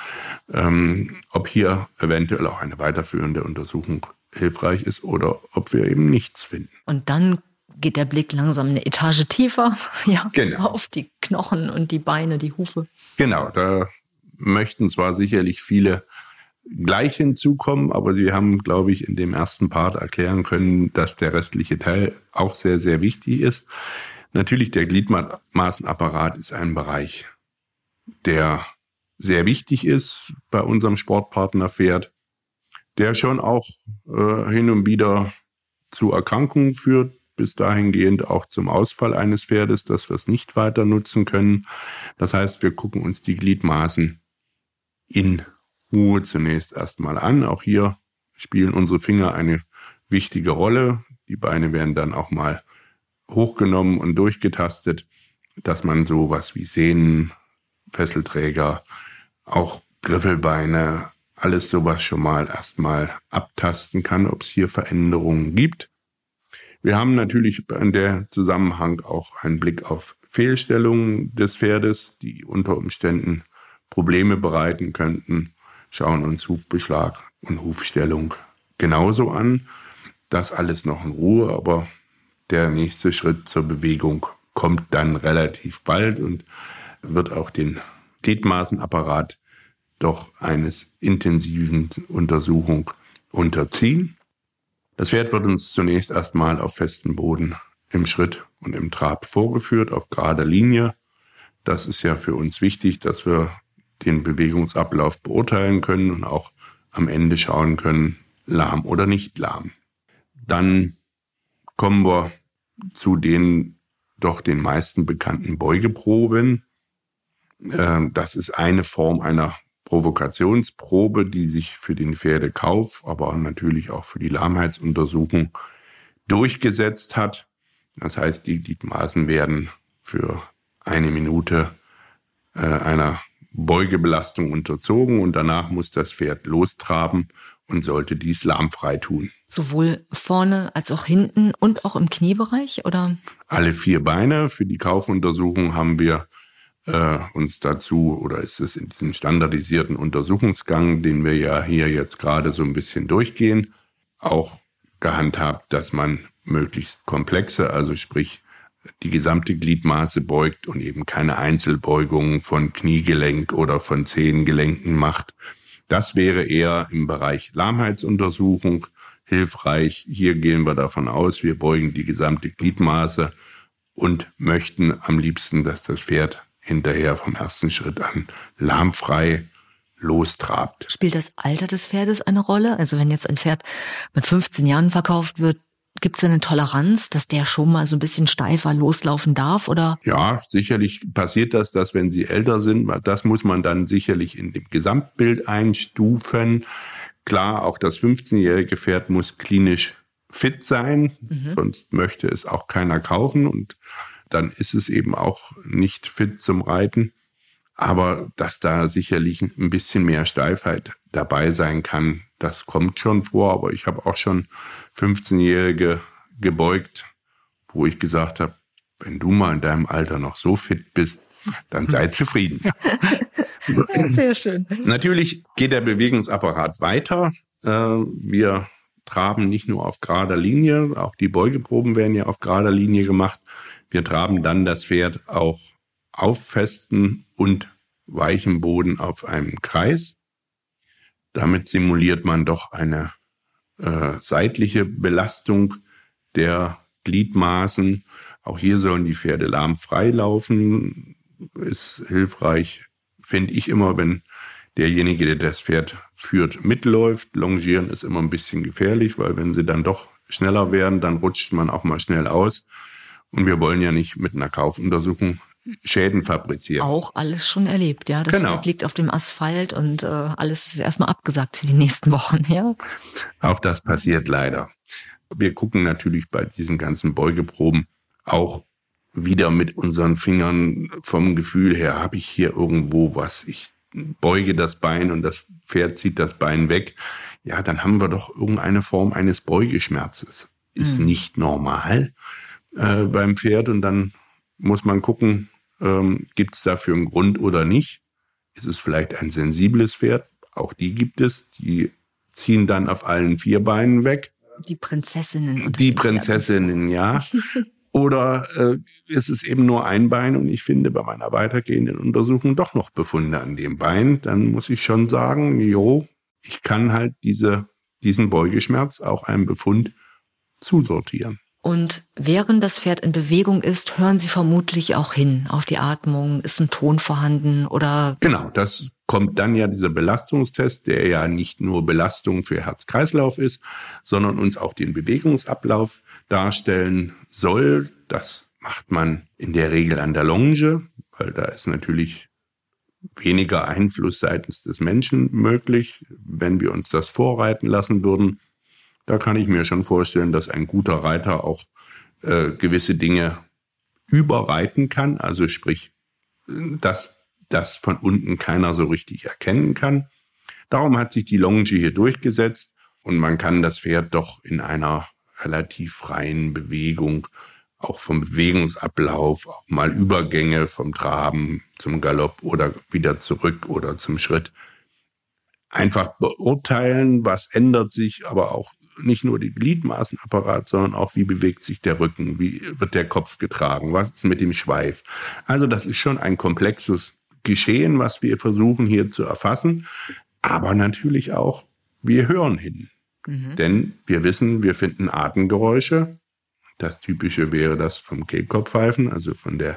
ob hier eventuell auch eine weiterführende Untersuchung hilfreich ist oder ob wir eben nichts finden. Und dann geht der Blick langsam eine Etage tiefer, auf die Knochen und die Beine, die Hufe. Genau, da möchten zwar sicherlich viele gleich hinzukommen, aber Sie haben, glaube ich, in dem ersten Part erklären können, dass der restliche Teil auch sehr, sehr wichtig ist. Natürlich, der Gliedmaßenapparat ist ein Bereich, der sehr wichtig ist bei unserem Sportpartner Pferd, der schon auch hin und wieder zu Erkrankungen führt, bis dahingehend auch zum Ausfall eines Pferdes, dass wir es nicht weiter nutzen können. Das heißt, wir gucken uns die Gliedmaßen in Ruhe zunächst erstmal an. Auch hier spielen unsere Finger eine wichtige Rolle. Die Beine werden dann auch mal hochgenommen und durchgetastet, dass man sowas wie Sehnen, Fesselträger, auch Griffelbeine, alles sowas schon mal erstmal abtasten kann, ob es hier Veränderungen gibt. Wir haben natürlich in der Zusammenhang auch einen Blick auf Fehlstellungen des Pferdes, die unter Umständen Probleme bereiten könnten, schauen uns Hufbeschlag und Hufstellung genauso an. Das alles noch in Ruhe, aber der nächste Schritt zur Bewegung kommt dann relativ bald und wird auch den Gliedmaßenapparat doch eines intensiven Untersuchung unterziehen. Das Pferd wird uns zunächst erstmal auf festem Boden im Schritt und im Trab vorgeführt, auf gerader Linie. Das ist ja für uns wichtig, dass wir den Bewegungsablauf beurteilen können und auch am Ende schauen können, lahm oder nicht lahm. Dann kommen wir zu den doch den meisten bekannten Beugeproben. Das ist eine Form einer Provokationsprobe, die sich für den Pferdekauf, aber natürlich auch für die Lahmheitsuntersuchung durchgesetzt hat. Das heißt, die Gliedmaßen werden für 1 Minute einer Beugebelastung unterzogen und danach muss das Pferd lostraben und sollte dies lahmfrei tun. Sowohl vorne als auch hinten und auch im Kniebereich, oder? Alle 4 Beine. Für die Kaufuntersuchung haben wir uns dazu, oder ist es in diesem standardisierten Untersuchungsgang, den wir ja hier jetzt gerade so ein bisschen durchgehen, auch gehandhabt, dass man möglichst komplexe, also sprich die gesamte Gliedmaße beugt und eben keine Einzelbeugungen von Kniegelenk oder von Zehengelenken macht. Das wäre eher im Bereich Lahmheitsuntersuchung hilfreich. Hier gehen wir davon aus, wir beugen die gesamte Gliedmaße und möchten am liebsten, dass das Pferd hinterher vom ersten Schritt an lahmfrei lostrabt. Spielt das Alter des Pferdes eine Rolle? Also wenn jetzt ein Pferd mit 15 Jahren verkauft wird, gibt es eine Toleranz, dass der schon mal so ein bisschen steifer loslaufen darf, oder? Ja, sicherlich passiert das, dass wenn sie älter sind, das muss man dann sicherlich in dem Gesamtbild einstufen. Klar, auch das 15-jährige Pferd muss klinisch fit sein, sonst möchte es auch keiner kaufen und dann ist es eben auch nicht fit zum Reiten. Aber dass da sicherlich ein bisschen mehr Steifheit dabei sein kann, das kommt schon vor. Aber ich habe auch schon 15-Jährige gebeugt, wo ich gesagt habe, wenn du mal in deinem Alter noch so fit bist, dann sei zufrieden. Ja, sehr schön. Natürlich geht der Bewegungsapparat weiter. Wir traben nicht nur auf gerader Linie, auch die Beugeproben werden ja auf gerader Linie gemacht. Wir traben dann das Pferd auch auf festen und weichem Boden auf einem Kreis. Damit simuliert man doch eine seitliche Belastung der Gliedmaßen. Auch hier sollen die Pferde lahmfrei laufen. Ist hilfreich, finde ich immer, wenn derjenige, der das Pferd führt, mitläuft. Longieren ist immer ein bisschen gefährlich, weil wenn sie dann doch schneller werden, dann rutscht man auch mal schnell aus. Und wir wollen ja nicht mit einer Kaufuntersuchung Schäden fabrizieren. Auch alles schon erlebt, ja. Das Genau. Pferd liegt auf dem Asphalt und alles ist erstmal abgesagt für die nächsten Wochen, ja. Auch das passiert leider. Wir gucken natürlich bei diesen ganzen Beugeproben auch wieder mit unseren Fingern vom Gefühl her, habe ich hier irgendwo was? Ich beuge das Bein und das Pferd zieht das Bein weg. Ja, dann haben wir doch irgendeine Form eines Beugeschmerzes. Ist nicht normal beim Pferd und dann muss man gucken, gibt es dafür einen Grund oder nicht? Ist es vielleicht ein sensibles Pferd? Auch die gibt es. Die ziehen dann auf allen 4 Beinen weg. Die Prinzessinnen. Die Prinzessinnen, ja. Oder ist es eben nur ein Bein und ich finde bei meiner weitergehenden Untersuchung doch noch Befunde an dem Bein, dann muss ich schon sagen, jo, ich kann halt diesen Beugeschmerz auch einem Befund zusortieren. Und während das Pferd in Bewegung ist, hören Sie vermutlich auch hin auf die Atmung. Ist ein Ton vorhanden oder? Genau, das kommt dann ja dieser Belastungstest, der ja nicht nur Belastung für Herz-Kreislauf ist, sondern uns auch den Bewegungsablauf darstellen soll. Das macht man in der Regel an der Longe, weil da ist natürlich weniger Einfluss seitens des Menschen möglich, wenn wir uns das vorreiten lassen würden. Da kann ich mir schon vorstellen, dass ein guter Reiter auch gewisse Dinge überreiten kann, also sprich, dass das von unten keiner so richtig erkennen kann. Darum hat sich die Longe hier durchgesetzt und man kann das Pferd doch in einer relativ freien Bewegung, auch vom Bewegungsablauf, auch mal Übergänge vom Traben zum Galopp oder wieder zurück oder zum Schritt, einfach beurteilen, was ändert sich, aber auch nicht nur die Gliedmaßenapparat, sondern auch, wie bewegt sich der Rücken, wie wird der Kopf getragen, was ist mit dem Schweif. Also das ist schon ein komplexes Geschehen, was wir versuchen hier zu erfassen, aber natürlich auch, wir hören hin. Denn wir wissen, wir finden Atemgeräusche. Das Typische wäre das vom Kehlkopfpfeifen, also von der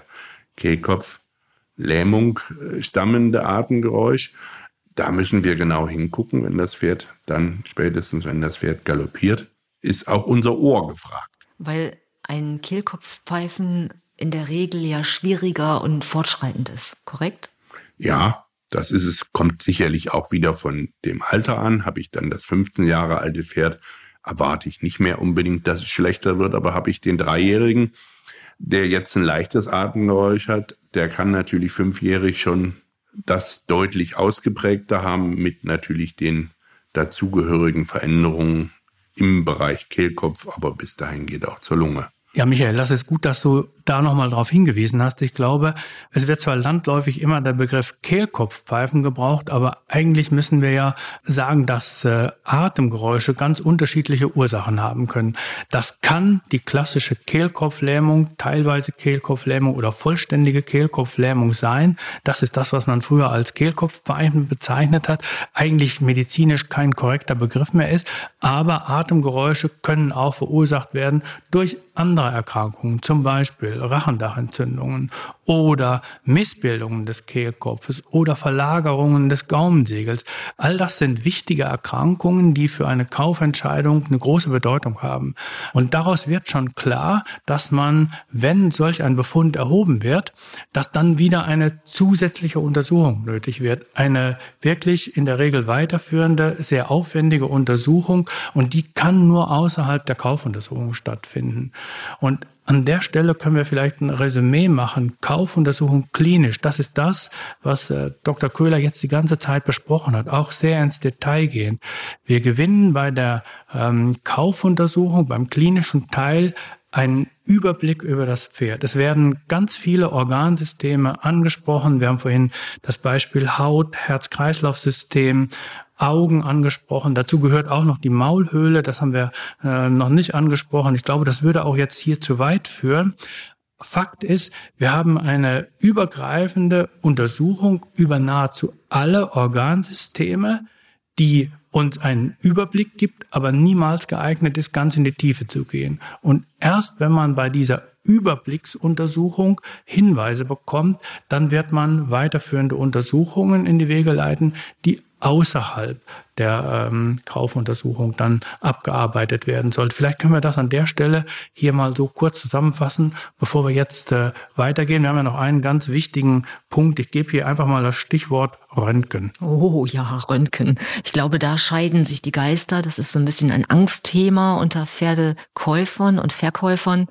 Kehlkopflähmung stammende Atemgeräusch. Da müssen wir genau hingucken, wenn das Pferd dann, spätestens wenn das Pferd galoppiert, ist auch unser Ohr gefragt. Weil ein Kehlkopfpfeifen in der Regel ja schwieriger und fortschreitend ist, korrekt? Ja, das ist es, kommt sicherlich auch wieder von dem Alter an. Habe ich dann das 15 Jahre alte Pferd, erwarte ich nicht mehr unbedingt, dass es schlechter wird, aber habe ich den 3-Jährigen, der jetzt ein leichtes Atemgeräusch hat, der kann natürlich 5-jährig schon das deutlich ausgeprägter haben, mit natürlich den dazugehörigen Veränderungen im Bereich Kehlkopf, aber bis dahin geht auch zur Lunge. Ja, Michael, das ist gut, dass du da nochmal drauf hingewiesen hast. Ich glaube, es wird zwar landläufig immer der Begriff Kehlkopfpfeifen gebraucht, aber eigentlich müssen wir ja sagen, dass Atemgeräusche ganz unterschiedliche Ursachen haben können. Das kann die klassische Kehlkopflähmung, teilweise Kehlkopflähmung oder vollständige Kehlkopflähmung sein. Das ist das, was man früher als Kehlkopfpfeifen bezeichnet hat. Eigentlich medizinisch kein korrekter Begriff mehr ist, aber Atemgeräusche können auch verursacht werden durch andere Erkrankungen, zum Beispiel Rachendachentzündungen oder Missbildungen des Kehlkopfes oder Verlagerungen des Gaumensegels. All das sind wichtige Erkrankungen, die für eine Kaufentscheidung eine große Bedeutung haben. Und daraus wird schon klar, dass man, wenn solch ein Befund erhoben wird, dass dann wieder eine zusätzliche Untersuchung nötig wird. Eine wirklich in der Regel weiterführende, sehr aufwendige Untersuchung, und die kann nur außerhalb der Kaufuntersuchung stattfinden. Und an der Stelle können wir vielleicht ein Resümee machen. Kaufuntersuchung klinisch, das ist das, was Dr. Köhler jetzt die ganze Zeit besprochen hat, auch sehr ins Detail gehen. Wir gewinnen bei der Kaufuntersuchung, beim klinischen Teil, einen Überblick über das Pferd. Es werden ganz viele Organsysteme angesprochen. Wir haben vorhin das Beispiel Haut, Herz-Kreislauf-System, Augen angesprochen. Dazu gehört auch noch die Maulhöhle. Das haben wir noch nicht angesprochen. Ich glaube, das würde auch jetzt hier zu weit führen. Fakt ist, wir haben eine übergreifende Untersuchung über nahezu alle Organsysteme, die uns einen Überblick gibt, aber niemals geeignet ist, ganz in die Tiefe zu gehen. Und erst wenn man bei dieser Überblicksuntersuchung Hinweise bekommt, dann wird man weiterführende Untersuchungen in die Wege leiten, die außerhalb der Kaufuntersuchung dann abgearbeitet werden soll. Vielleicht können wir das an der Stelle hier mal so kurz zusammenfassen, bevor wir jetzt weitergehen. Wir haben ja noch einen ganz wichtigen Punkt. Ich gebe hier einfach mal das Stichwort Röntgen. Oh ja, Röntgen. Ich glaube, da scheiden sich die Geister. Das ist so ein bisschen ein Angstthema unter Pferdekäufern und Verkäufern.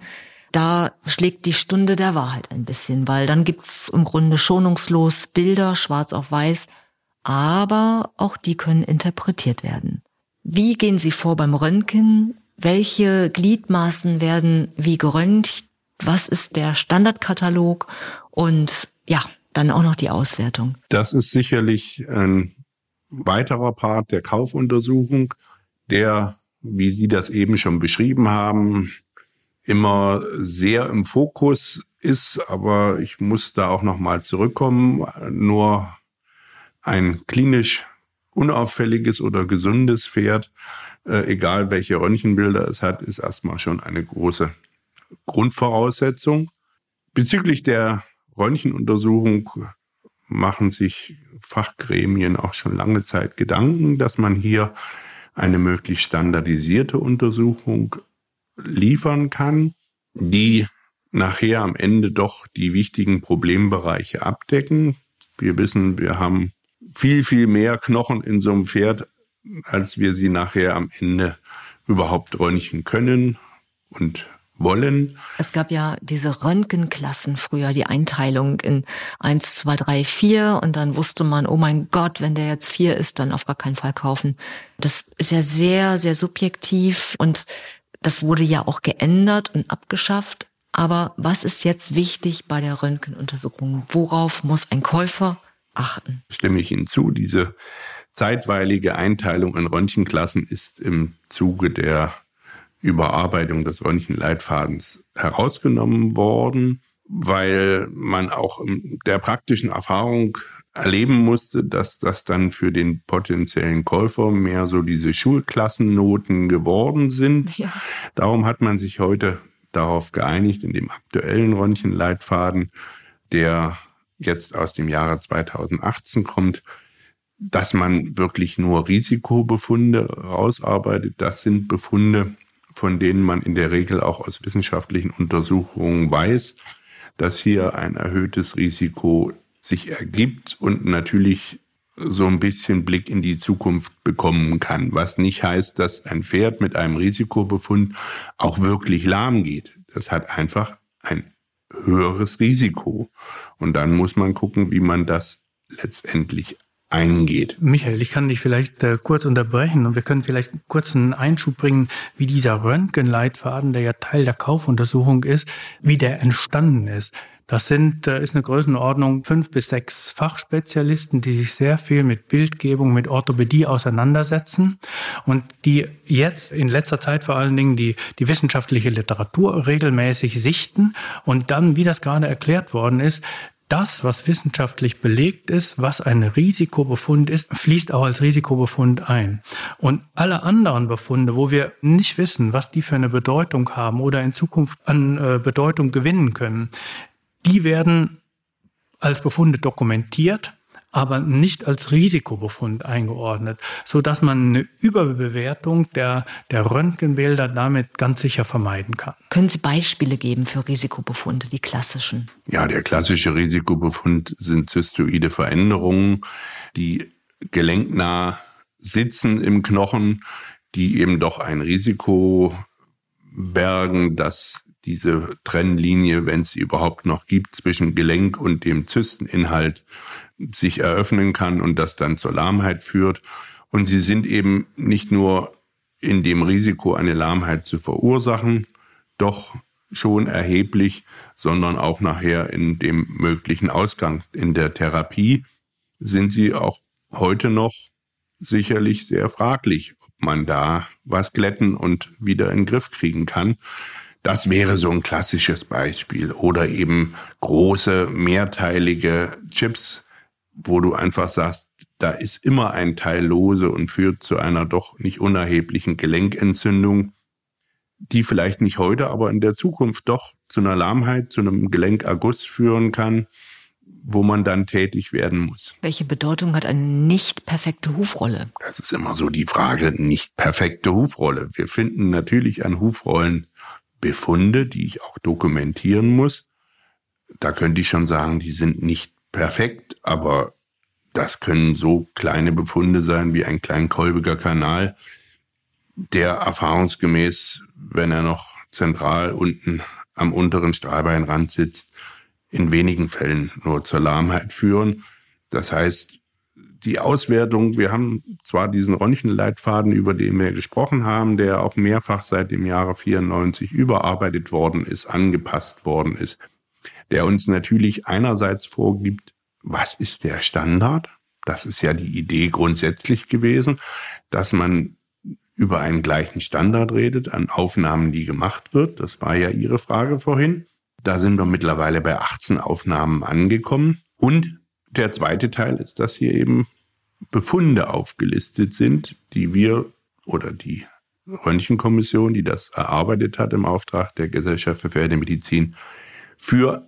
Da schlägt die Stunde der Wahrheit ein bisschen, weil dann gibt's im Grunde schonungslos Bilder, schwarz auf weiß, aber auch die können interpretiert werden. Wie gehen Sie vor beim Röntgen? Welche Gliedmaßen werden wie geröntgt? Was ist der Standardkatalog? Und ja, dann auch noch die Auswertung. Das ist sicherlich ein weiterer Part der Kaufuntersuchung, der, wie Sie das eben schon beschrieben haben, immer sehr im Fokus ist, aber ich muss da auch nochmal zurückkommen. Nur ein klinisch unauffälliges oder gesundes Pferd egal welche Röntgenbilder es hat, ist erstmal schon eine große Grundvoraussetzung. Bezüglich der Röntgenuntersuchung machen sich Fachgremien auch schon lange Zeit Gedanken, dass man hier eine möglichst standardisierte Untersuchung liefern kann, die nachher am Ende doch die wichtigen Problembereiche abdecken. Wir wissen, wir haben viel, viel mehr Knochen in so einem Pferd, als wir sie nachher am Ende überhaupt röntgen können und wollen. Es gab ja diese Röntgenklassen früher, die Einteilung in 1, 2, 3, 4 und dann wusste man, oh mein Gott, wenn der jetzt 4 ist, dann auf gar keinen Fall kaufen. Das ist ja sehr, sehr subjektiv und das wurde ja auch geändert und abgeschafft. Aber was ist jetzt wichtig bei der Röntgenuntersuchung? Worauf muss ein Käufer achten? Stimme ich Ihnen zu, diese zeitweilige Einteilung in Röntgenklassen ist im Zuge der Überarbeitung des Röntgenleitfadens herausgenommen worden, weil man auch in der praktischen Erfahrung erleben musste, dass das dann für den potenziellen Käufer mehr so diese Schulklassennoten geworden sind. Ja. Darum hat man sich heute darauf geeinigt, in dem aktuellen Röntgenleitfaden, der jetzt aus dem Jahre 2018 kommt, dass man wirklich nur Risikobefunde rausarbeitet. Das sind Befunde, von denen man in der Regel auch aus wissenschaftlichen Untersuchungen weiß, dass hier ein erhöhtes Risiko sich ergibt und natürlich so ein bisschen Blick in die Zukunft bekommen kann. Was nicht heißt, dass ein Pferd mit einem Risikobefund auch wirklich lahm geht. Das hat einfach ein höheres Risiko. Und dann muss man gucken, wie man das letztendlich eingeht. Michael, ich kann dich vielleicht kurz unterbrechen und wir können vielleicht kurz einen Einschub bringen, wie dieser Röntgenleitfaden, der ja Teil der Kaufuntersuchung ist, wie der entstanden ist. Das ist eine Größenordnung 5 bis 6 Fachspezialisten, die sich sehr viel mit Bildgebung, mit Orthopädie auseinandersetzen und die jetzt in letzter Zeit vor allen Dingen die wissenschaftliche Literatur regelmäßig sichten und dann, wie das gerade erklärt worden ist, das, was wissenschaftlich belegt ist, was ein Risikobefund ist, fließt auch als Risikobefund ein. Und alle anderen Befunde, wo wir nicht wissen, was die für eine Bedeutung haben oder in Zukunft an Bedeutung gewinnen können, die werden als Befunde dokumentiert, aber nicht als Risikobefund eingeordnet, so dass man eine Überbewertung der Röntgenbilder damit ganz sicher vermeiden kann. Können Sie Beispiele geben für Risikobefunde, die klassischen? Ja, der klassische Risikobefund sind zystoide Veränderungen, die gelenknah sitzen im Knochen, die eben doch ein Risiko bergen, dass diese Trennlinie, wenn es sie überhaupt noch gibt, zwischen Gelenk und dem Zysteninhalt sich eröffnen kann und das dann zur Lahmheit führt. Und sie sind eben nicht nur in dem Risiko, eine Lahmheit zu verursachen, doch schon erheblich, sondern auch nachher in dem möglichen Ausgang in der Therapie sind sie auch heute noch sicherlich sehr fraglich, ob man da was glätten und wieder in den Griff kriegen kann. Das wäre so ein klassisches Beispiel. Oder eben große, mehrteilige Chips, wo du einfach sagst, da ist immer ein Teil lose und führt zu einer doch nicht unerheblichen Gelenkentzündung, die vielleicht nicht heute, aber in der Zukunft doch zu einer Lahmheit, zu einem Gelenkerguss führen kann, wo man dann tätig werden muss. Welche Bedeutung hat eine nicht perfekte Hufrolle? Das ist immer so die Frage, nicht perfekte Hufrolle. Wir finden natürlich an Hufrollen Befunde, die ich auch dokumentieren muss. Da könnte ich schon sagen, die sind nicht perfekt, aber das können so kleine Befunde sein wie ein kleinkolbiger Kanal, der erfahrungsgemäß, wenn er noch zentral unten am unteren Strahlbeinrand sitzt, in wenigen Fällen nur zur Lahmheit führen. Das heißt, die Auswertung, wir haben zwar diesen Röntgenleitfaden, über den wir gesprochen haben, der auch mehrfach seit dem Jahre 94 überarbeitet worden ist, angepasst worden ist, der uns natürlich einerseits vorgibt, was ist der Standard? Das ist ja die Idee grundsätzlich gewesen, dass man über einen gleichen Standard redet an Aufnahmen, die gemacht wird. Das war ja Ihre Frage vorhin. Da sind wir mittlerweile bei 18 Aufnahmen angekommen. Und der zweite Teil ist, dass hier eben Befunde aufgelistet sind, die wir oder die Röntgenkommission, die das erarbeitet hat im Auftrag der Gesellschaft für Pferdemedizin, für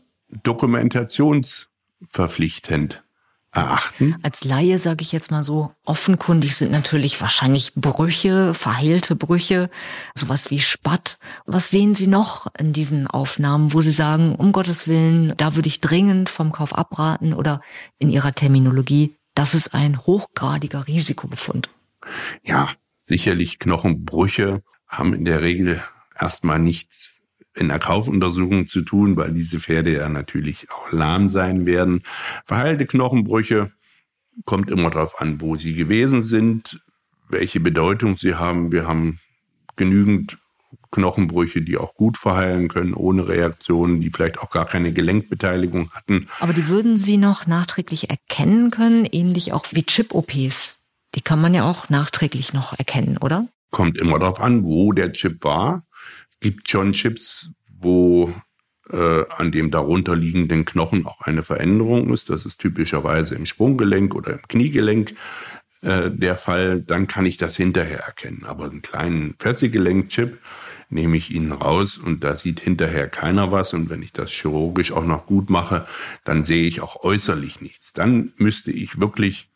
dokumentationsverpflichtend erachten. Als Laie sage ich jetzt mal so, offenkundig sind natürlich wahrscheinlich Brüche, verheilte Brüche, sowas wie Spatt. Was sehen Sie noch in diesen Aufnahmen, wo Sie sagen, um Gottes Willen, da würde ich dringend vom Kauf abraten, oder in Ihrer Terminologie, das ist ein hochgradiger Risikobefund? Ja, sicherlich Knochenbrüche haben in der Regel erstmal nichts in der Kaufuntersuchung zu tun, weil diese Pferde ja natürlich auch lahm sein werden. Verheilte Knochenbrüche kommt immer darauf an, wo sie gewesen sind, welche Bedeutung sie haben. Wir haben genügend Knochenbrüche, die auch gut verheilen können, ohne Reaktionen, die vielleicht auch gar keine Gelenkbeteiligung hatten. Aber die würden Sie noch nachträglich erkennen können, ähnlich auch wie Chip-OPs. Die kann man ja auch nachträglich noch erkennen, oder? Kommt immer darauf an, wo der Chip war. Es gibt schon Chips, wo an dem darunterliegenden Knochen auch eine Veränderung ist. Das ist typischerweise im Sprunggelenk oder im Kniegelenk der Fall. Dann kann ich das hinterher erkennen. Aber einen kleinen Fertiggelenk-Chip nehme ich Ihnen raus und da sieht hinterher keiner was. Und wenn ich das chirurgisch auch noch gut mache, dann sehe ich auch äußerlich nichts. Dann müsste ich wirklich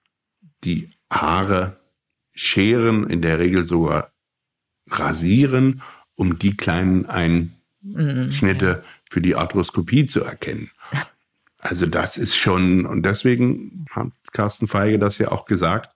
die Haare scheren, in der Regel sogar rasieren, um die kleinen Einschnitte für die Arthroskopie zu erkennen. Also das ist schon, und deswegen hat Carsten Feige das ja auch gesagt,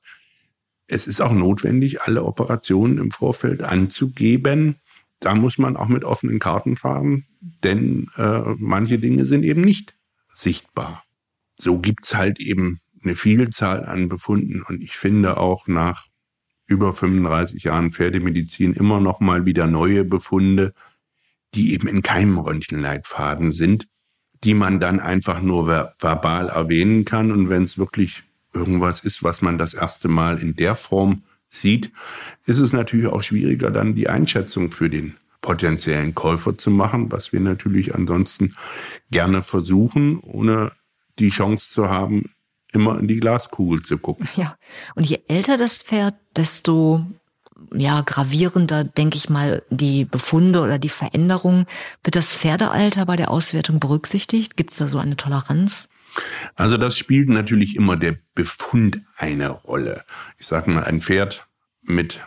es ist auch notwendig, alle Operationen im Vorfeld anzugeben. Da muss man auch mit offenen Karten fahren, denn manche Dinge sind eben nicht sichtbar. So gibt's halt eben eine Vielzahl an Befunden, und ich finde auch nach über 35 Jahren Pferdemedizin immer noch mal wieder neue Befunde, die eben in keinem Röntgenleitfaden sind, die man dann einfach nur verbal erwähnen kann. Und wenn es wirklich irgendwas ist, was man das erste Mal in der Form sieht, ist es natürlich auch schwieriger, dann die Einschätzung für den potenziellen Käufer zu machen, was wir natürlich ansonsten gerne versuchen, ohne die Chance zu haben, immer in die Glaskugel zu gucken. Ja, und je älter das Pferd, desto gravierender, denke ich mal, die Befunde oder die Veränderungen. Wird das Pferdealter bei der Auswertung berücksichtigt? Gibt es da so eine Toleranz? Also das spielt natürlich immer der Befund eine Rolle. Ich sage mal, ein Pferd mit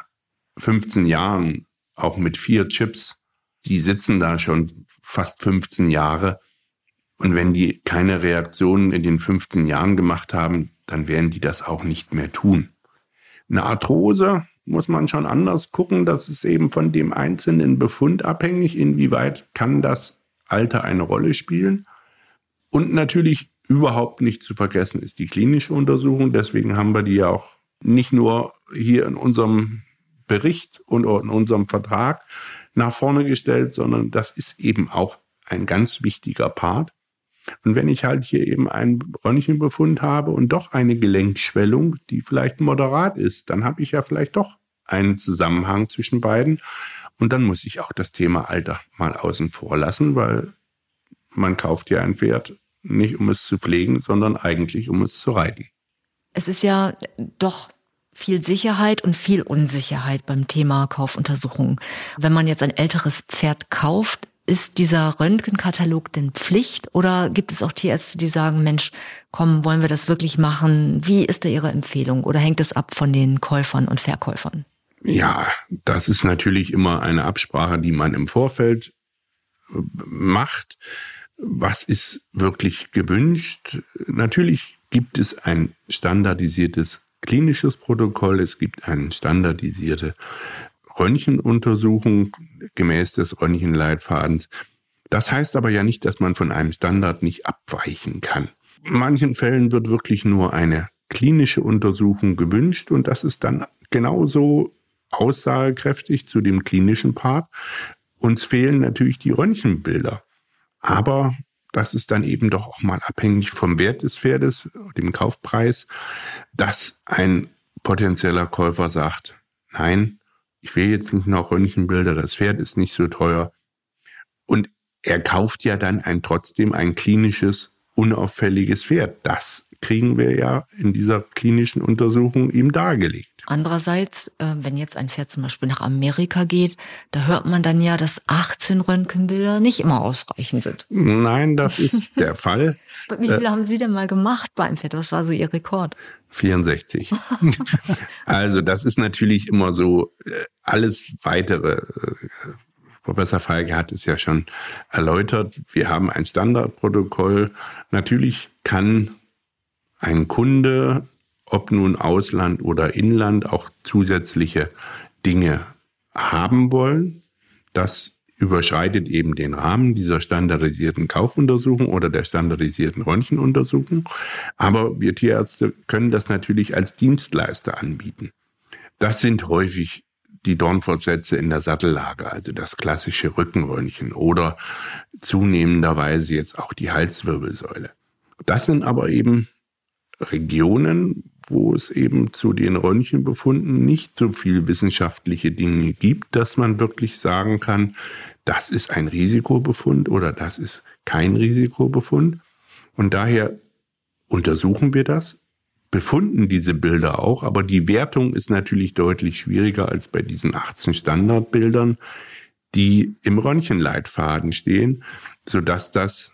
15 Jahren, auch mit 4 Chips, die sitzen da schon fast 15 Jahre. Und wenn die keine Reaktionen in den 15 Jahren gemacht haben, dann werden die das auch nicht mehr tun. Eine Arthrose muss man schon anders gucken. Das ist eben von dem einzelnen Befund abhängig, inwieweit kann das Alter eine Rolle spielen. Und natürlich überhaupt nicht zu vergessen ist die klinische Untersuchung. Deswegen haben wir die ja auch nicht nur hier in unserem Bericht und in unserem Vertrag nach vorne gestellt, sondern das ist eben auch ein ganz wichtiger Part. Und wenn ich halt hier eben einen Röntgenbefund habe und doch eine Gelenkschwellung, die vielleicht moderat ist, dann habe ich ja vielleicht doch einen Zusammenhang zwischen beiden. Und dann muss ich auch das Thema Alter mal außen vor lassen, weil man kauft ja ein Pferd nicht, um es zu pflegen, sondern eigentlich, um es zu reiten. Es ist ja doch viel Sicherheit und viel Unsicherheit beim Thema Kaufuntersuchungen. Wenn man jetzt ein älteres Pferd kauft, ist dieser Röntgenkatalog denn Pflicht, oder gibt es auch Tierärzte, die sagen, Mensch, komm, wollen wir das wirklich machen? Wie ist da Ihre Empfehlung? Oder hängt es ab von den Käufern und Verkäufern? Ja, das ist natürlich immer eine Absprache, die man im Vorfeld macht. Was ist wirklich gewünscht? Natürlich gibt es ein standardisiertes klinisches Protokoll, es gibt eine standardisierte Röntgenuntersuchung gemäß des Röntgenleitfadens. Das heißt aber ja nicht, dass man von einem Standard nicht abweichen kann. In manchen Fällen wird wirklich nur eine klinische Untersuchung gewünscht, und das ist dann genauso aussagekräftig zu dem klinischen Part. Uns fehlen natürlich die Röntgenbilder. Aber das ist dann eben doch auch mal abhängig vom Wert des Pferdes, dem Kaufpreis, dass ein potenzieller Käufer sagt, nein, ich will jetzt nicht noch Röntgenbilder, das Pferd ist nicht so teuer. Und er kauft ja dann trotzdem ein klinisches, unauffälliges Pferd. Das kriegen wir ja in dieser klinischen Untersuchung ihm dargelegt. Andererseits, wenn jetzt ein Pferd zum Beispiel nach Amerika geht, da hört man dann ja, dass 18 Röntgenbilder nicht immer ausreichend sind. Nein, das ist der Fall. Wie viele haben Sie denn mal gemacht bei einem Pferd? Was war so Ihr Rekord? 64. Also das ist natürlich immer so, alles Weitere. Professor Feige hat es ja schon erläutert. Wir haben ein Standardprotokoll. Natürlich kann ein Kunde, ob nun Ausland oder Inland, auch zusätzliche Dinge haben wollen. Das überschreitet eben den Rahmen dieser standardisierten Kaufuntersuchung oder der standardisierten Röntgenuntersuchung. Aber wir Tierärzte können das natürlich als Dienstleister anbieten. Das sind häufig die Dornfortsätze in der Sattellage, also das klassische Rückenröntgen oder zunehmenderweise jetzt auch die Halswirbelsäule. Das sind aber eben Regionen, wo es eben zu den Röntgenbefunden nicht so viel wissenschaftliche Dinge gibt, dass man wirklich sagen kann, das ist ein Risikobefund oder das ist kein Risikobefund. Und daher untersuchen wir das, befunden diese Bilder auch, aber die Wertung ist natürlich deutlich schwieriger als bei diesen 18 Standardbildern, die im Röntgenleitfaden stehen, sodass das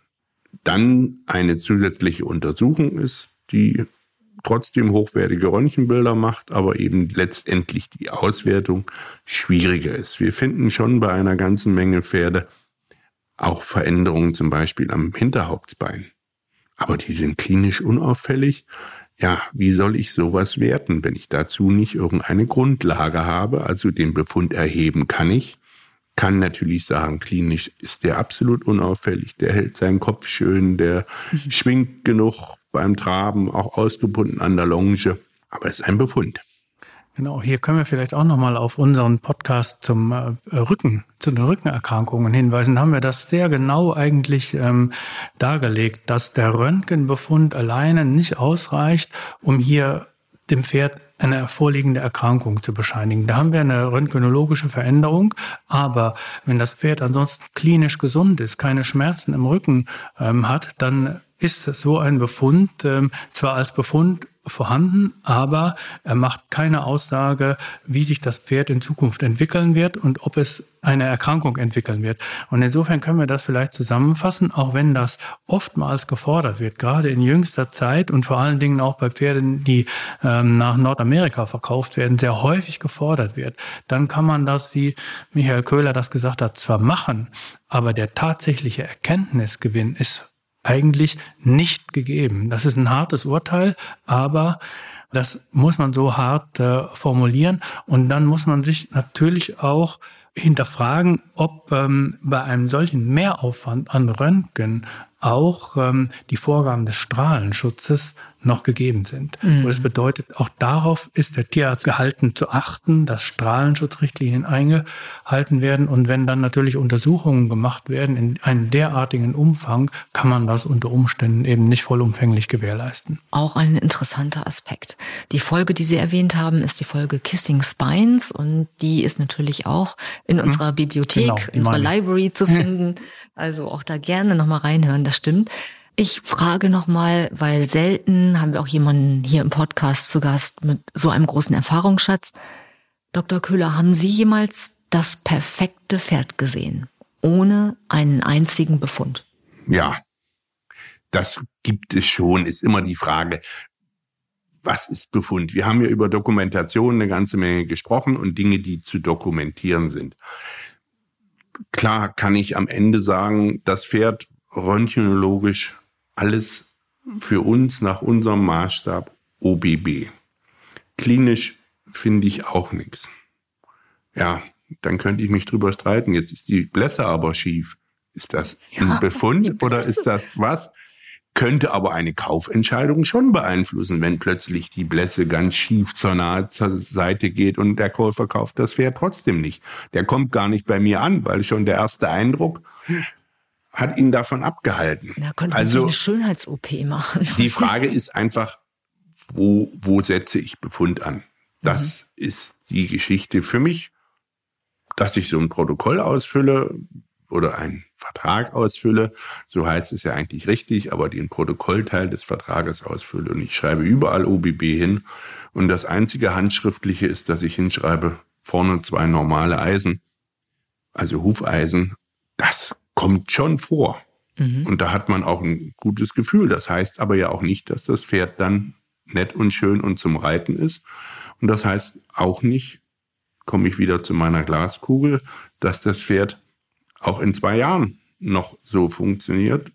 dann eine zusätzliche Untersuchung ist, die trotzdem hochwertige Röntgenbilder macht, aber eben letztendlich die Auswertung schwieriger ist. Wir finden schon bei einer ganzen Menge Pferde auch Veränderungen zum Beispiel am Hinterhauptsbein. Aber die sind klinisch unauffällig. Ja, wie soll ich sowas werten, wenn ich dazu nicht irgendeine Grundlage habe? Also den Befund erheben kann ich. Kann natürlich sagen, klinisch ist der absolut unauffällig, der hält seinen Kopf schön, der schwingt genug beim Traben, auch ausgebunden an der Longe, aber es ist ein Befund. Genau, hier können wir vielleicht auch nochmal auf unseren Podcast zum Rücken, zu den Rückenerkrankungen hinweisen. Da haben wir das sehr genau eigentlich dargelegt, dass der Röntgenbefund alleine nicht ausreicht, um hier dem Pferd eine vorliegende Erkrankung zu bescheinigen. Da haben wir eine röntgenologische Veränderung, aber wenn das Pferd ansonsten klinisch gesund ist, keine Schmerzen im Rücken hat, dann ist so ein Befund zwar als Befund vorhanden, aber er macht keine Aussage, wie sich das Pferd in Zukunft entwickeln wird und ob es eine Erkrankung entwickeln wird. Und insofern können wir das vielleicht zusammenfassen, auch wenn das oftmals gefordert wird, gerade in jüngster Zeit und vor allen Dingen auch bei Pferden, die nach Nordamerika verkauft werden, sehr häufig gefordert wird. Dann kann man das, wie Michael Köhler das gesagt hat, zwar machen, aber der tatsächliche Erkenntnisgewinn ist eigentlich nicht gegeben. Das ist ein hartes Urteil, aber das muss man so hart formulieren. Und dann muss man sich natürlich auch hinterfragen, ob bei einem solchen Mehraufwand an Röntgen auch die Vorgaben des Strahlenschutzes noch gegeben sind. Und das bedeutet, auch darauf ist der Tierarzt gehalten zu achten, dass Strahlenschutzrichtlinien eingehalten werden. Und wenn dann natürlich Untersuchungen gemacht werden in einem derartigen Umfang, kann man das unter Umständen eben nicht vollumfänglich gewährleisten. Auch ein interessanter Aspekt. Die Folge, die Sie erwähnt haben, ist die Folge Kissing Spines und die ist natürlich auch in unserer Bibliothek, in unserer Library zu finden. Also auch da gerne nochmal reinhören, das stimmt. Ich frage nochmal, weil selten haben wir auch jemanden hier im Podcast zu Gast mit so einem großen Erfahrungsschatz. Dr. Köhler, haben Sie jemals das perfekte Pferd gesehen, ohne einen einzigen Befund? Ja, das gibt es schon. Ist immer die Frage, was ist Befund? Wir haben ja über Dokumentation eine ganze Menge gesprochen und Dinge, die zu dokumentieren sind. Klar kann ich am Ende sagen, das Pferd röntgenologisch alles für uns nach unserem Maßstab OBB. Klinisch finde ich auch nichts. Ja, dann könnte ich mich drüber streiten. Jetzt ist die Blässe aber schief. Ist das ein Befund oder ist das was? Könnte aber eine Kaufentscheidung schon beeinflussen, wenn plötzlich die Blässe ganz schief zur Seite geht und der Käufer kauft das Pferd trotzdem nicht. Der kommt gar nicht bei mir an, weil schon der erste Eindruck hat ihn davon abgehalten. Da könnte man eine Schönheits-OP machen. Die Frage ist einfach, wo setze ich Befund an? Das ist die Geschichte für mich, dass ich so ein Protokoll ausfülle. oder einen Vertrag ausfülle, so heißt es ja eigentlich richtig, aber den Protokollteil des Vertrages ausfülle und ich schreibe überall OBB hin und das einzige Handschriftliche ist, dass ich hinschreibe, vorne 2 normale Eisen, also Hufeisen, das kommt schon vor. Und da hat man auch ein gutes Gefühl. Das heißt aber ja auch nicht, dass das Pferd dann nett und schön und zum Reiten ist. Und das heißt auch nicht, komme ich wieder zu meiner Glaskugel, dass das Pferd auch in 2 Jahren noch so funktioniert.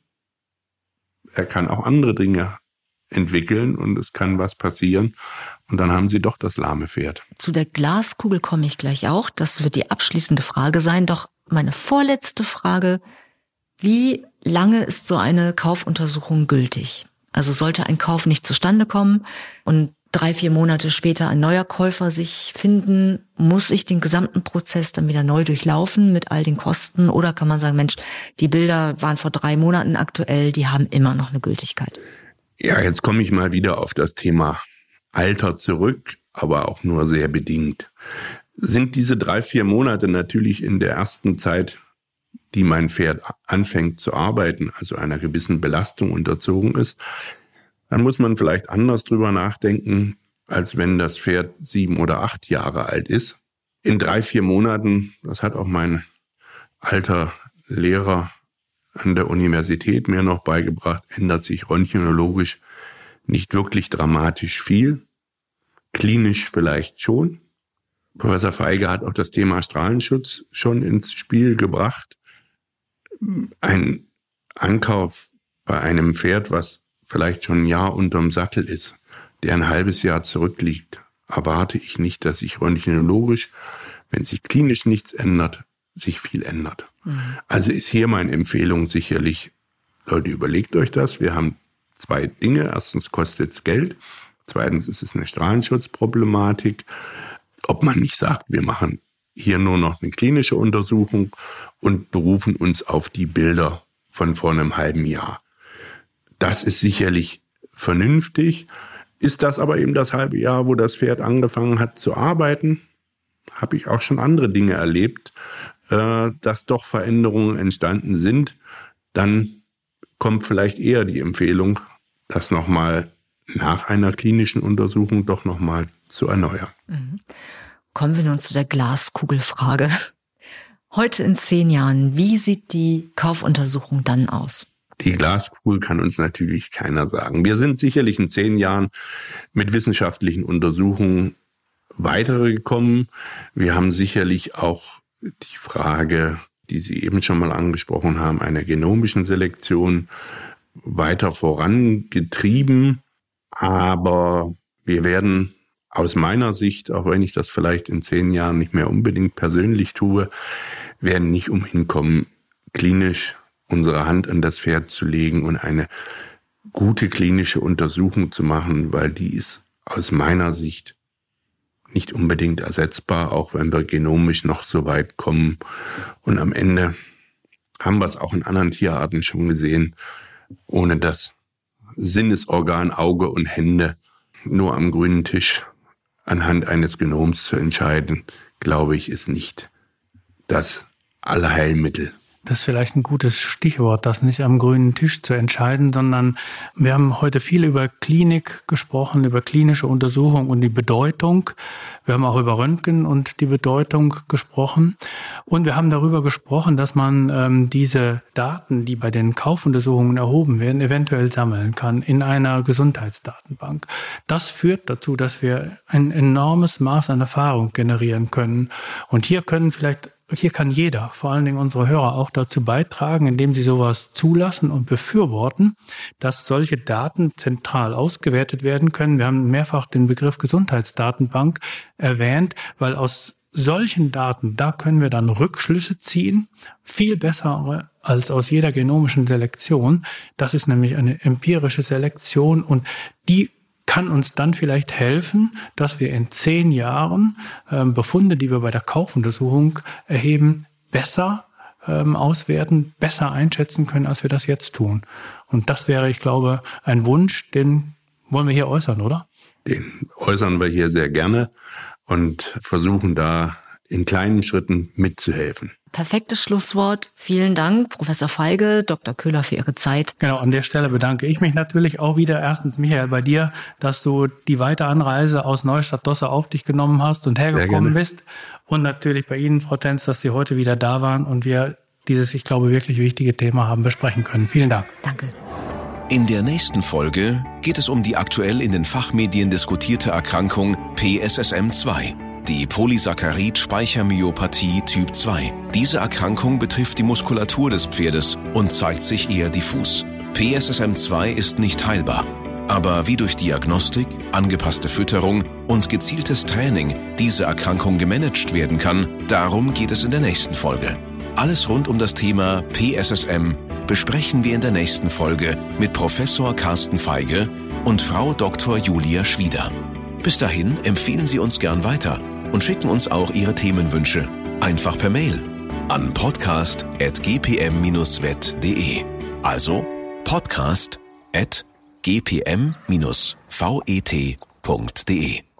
Er kann auch andere Dinge entwickeln und es kann was passieren. Und dann haben Sie doch das lahme Pferd. Zu der Glaskugel komme ich gleich auch. Das wird die abschließende Frage sein. Doch meine vorletzte Frage: Wie lange ist so eine Kaufuntersuchung gültig? Also sollte ein Kauf nicht zustande kommen und 3-4 Monate später ein neuer Käufer sich finden, muss ich den gesamten Prozess dann wieder neu durchlaufen mit all den Kosten? Oder kann man sagen, Mensch, die Bilder waren vor 3 Monaten aktuell, die haben immer noch eine Gültigkeit? Ja, jetzt komme ich mal wieder auf das Thema Alter zurück, aber auch nur sehr bedingt. Sind diese 3-4 Monate natürlich in der ersten Zeit, die mein Pferd anfängt zu arbeiten, also einer gewissen Belastung unterzogen ist, dann muss man vielleicht anders drüber nachdenken, als wenn das Pferd 7 oder 8 Jahre alt ist. In 3-4 Monaten, das hat auch mein alter Lehrer an der Universität mir noch beigebracht, ändert sich röntgenologisch nicht wirklich dramatisch viel. Klinisch vielleicht schon. Professor Feige hat auch das Thema Strahlenschutz schon ins Spiel gebracht. Ein Ankauf bei einem Pferd, was vielleicht schon ein Jahr unterm Sattel ist, der ein halbes Jahr zurückliegt, erwarte ich nicht, dass sich röntgenologisch, wenn sich klinisch nichts ändert, sich viel ändert. Also ist hier meine Empfehlung sicherlich, Leute, überlegt euch das. Wir haben 2 Dinge. Erstens kostet es Geld. Zweitens ist es eine Strahlenschutzproblematik. Ob man nicht sagt, wir machen hier nur noch eine klinische Untersuchung und berufen uns auf die Bilder von vor einem halben Jahr. Das ist sicherlich vernünftig. Ist das aber eben das halbe Jahr, wo das Pferd angefangen hat zu arbeiten, habe ich auch schon andere Dinge erlebt, dass doch Veränderungen entstanden sind. Dann kommt vielleicht eher die Empfehlung, das nochmal nach einer klinischen Untersuchung doch nochmal zu erneuern. Kommen wir nun zu der Glaskugelfrage. Heute in 10 Jahren, wie sieht die Kaufuntersuchung dann aus? Die Glaskugel kann uns natürlich keiner sagen. Wir sind sicherlich in 10 Jahren mit wissenschaftlichen Untersuchungen weitergekommen. Wir haben sicherlich auch die Frage, die Sie eben schon mal angesprochen haben, einer genomischen Selektion weiter vorangetrieben. Aber wir werden aus meiner Sicht, auch wenn ich das vielleicht in 10 Jahren nicht mehr unbedingt persönlich tue, werden nicht umhin kommen, klinisch unsere Hand an das Pferd zu legen und eine gute klinische Untersuchung zu machen, weil die ist aus meiner Sicht nicht unbedingt ersetzbar, auch wenn wir genomisch noch so weit kommen. Und am Ende haben wir es auch in anderen Tierarten schon gesehen, ohne das Sinnesorgan Auge und Hände nur am grünen Tisch anhand eines Genoms zu entscheiden, glaube ich, ist nicht das Allheilmittel. Das ist vielleicht ein gutes Stichwort, das nicht am grünen Tisch zu entscheiden, sondern wir haben heute viel über Klinik gesprochen, über klinische Untersuchung und die Bedeutung. Wir haben auch über Röntgen und die Bedeutung gesprochen. Und wir haben darüber gesprochen, dass man diese Daten, die bei den Kaufuntersuchungen erhoben werden, eventuell sammeln kann in einer Gesundheitsdatenbank. Das führt dazu, dass wir ein enormes Maß an Erfahrung generieren können. Und hier kann jeder, vor allen Dingen unsere Hörer, auch dazu beitragen, indem sie sowas zulassen und befürworten, dass solche Daten zentral ausgewertet werden können. Wir haben mehrfach den Begriff Gesundheitsdatenbank erwähnt, weil aus solchen Daten, da können wir dann Rückschlüsse ziehen, viel besser als aus jeder genomischen Selektion. Das ist nämlich eine empirische Selektion und die kann uns dann vielleicht helfen, dass wir in 10 Jahren Befunde, die wir bei der Kaufuntersuchung erheben, besser auswerten, besser einschätzen können, als wir das jetzt tun. Und das wäre, ich glaube, ein Wunsch, den wollen wir hier äußern, oder? Den äußern wir hier sehr gerne und versuchen da in kleinen Schritten mitzuhelfen. Perfektes Schlusswort. Vielen Dank, Professor Feige, Dr. Köhler, für Ihre Zeit. Genau, an der Stelle bedanke ich mich natürlich auch wieder. Erstens, Michael, bei dir, dass du die weite Anreise aus Neustadt-Dosse auf dich genommen hast und hergekommen bist. Und natürlich bei Ihnen, Frau Tenz, dass Sie heute wieder da waren und wir dieses, ich glaube, wirklich wichtige Thema haben besprechen können. Vielen Dank. Danke. In der nächsten Folge geht es um die aktuell in den Fachmedien diskutierte Erkrankung PSSM2. Die Polysaccharid-Speichermyopathie Typ 2. Diese Erkrankung betrifft die Muskulatur des Pferdes und zeigt sich eher diffus. PSSM2 ist nicht heilbar. Aber wie durch Diagnostik, angepasste Fütterung und gezieltes Training diese Erkrankung gemanagt werden kann, darum geht es in der nächsten Folge. Alles rund um das Thema PSSM besprechen wir in der nächsten Folge mit Professor Carsten Feige und Frau Dr. Julia Schwieder. Bis dahin empfehlen Sie uns gern weiter und schicken uns auch Ihre Themenwünsche einfach per Mail an podcast@gpm-vet.de. Also podcast@gpm-vet.de.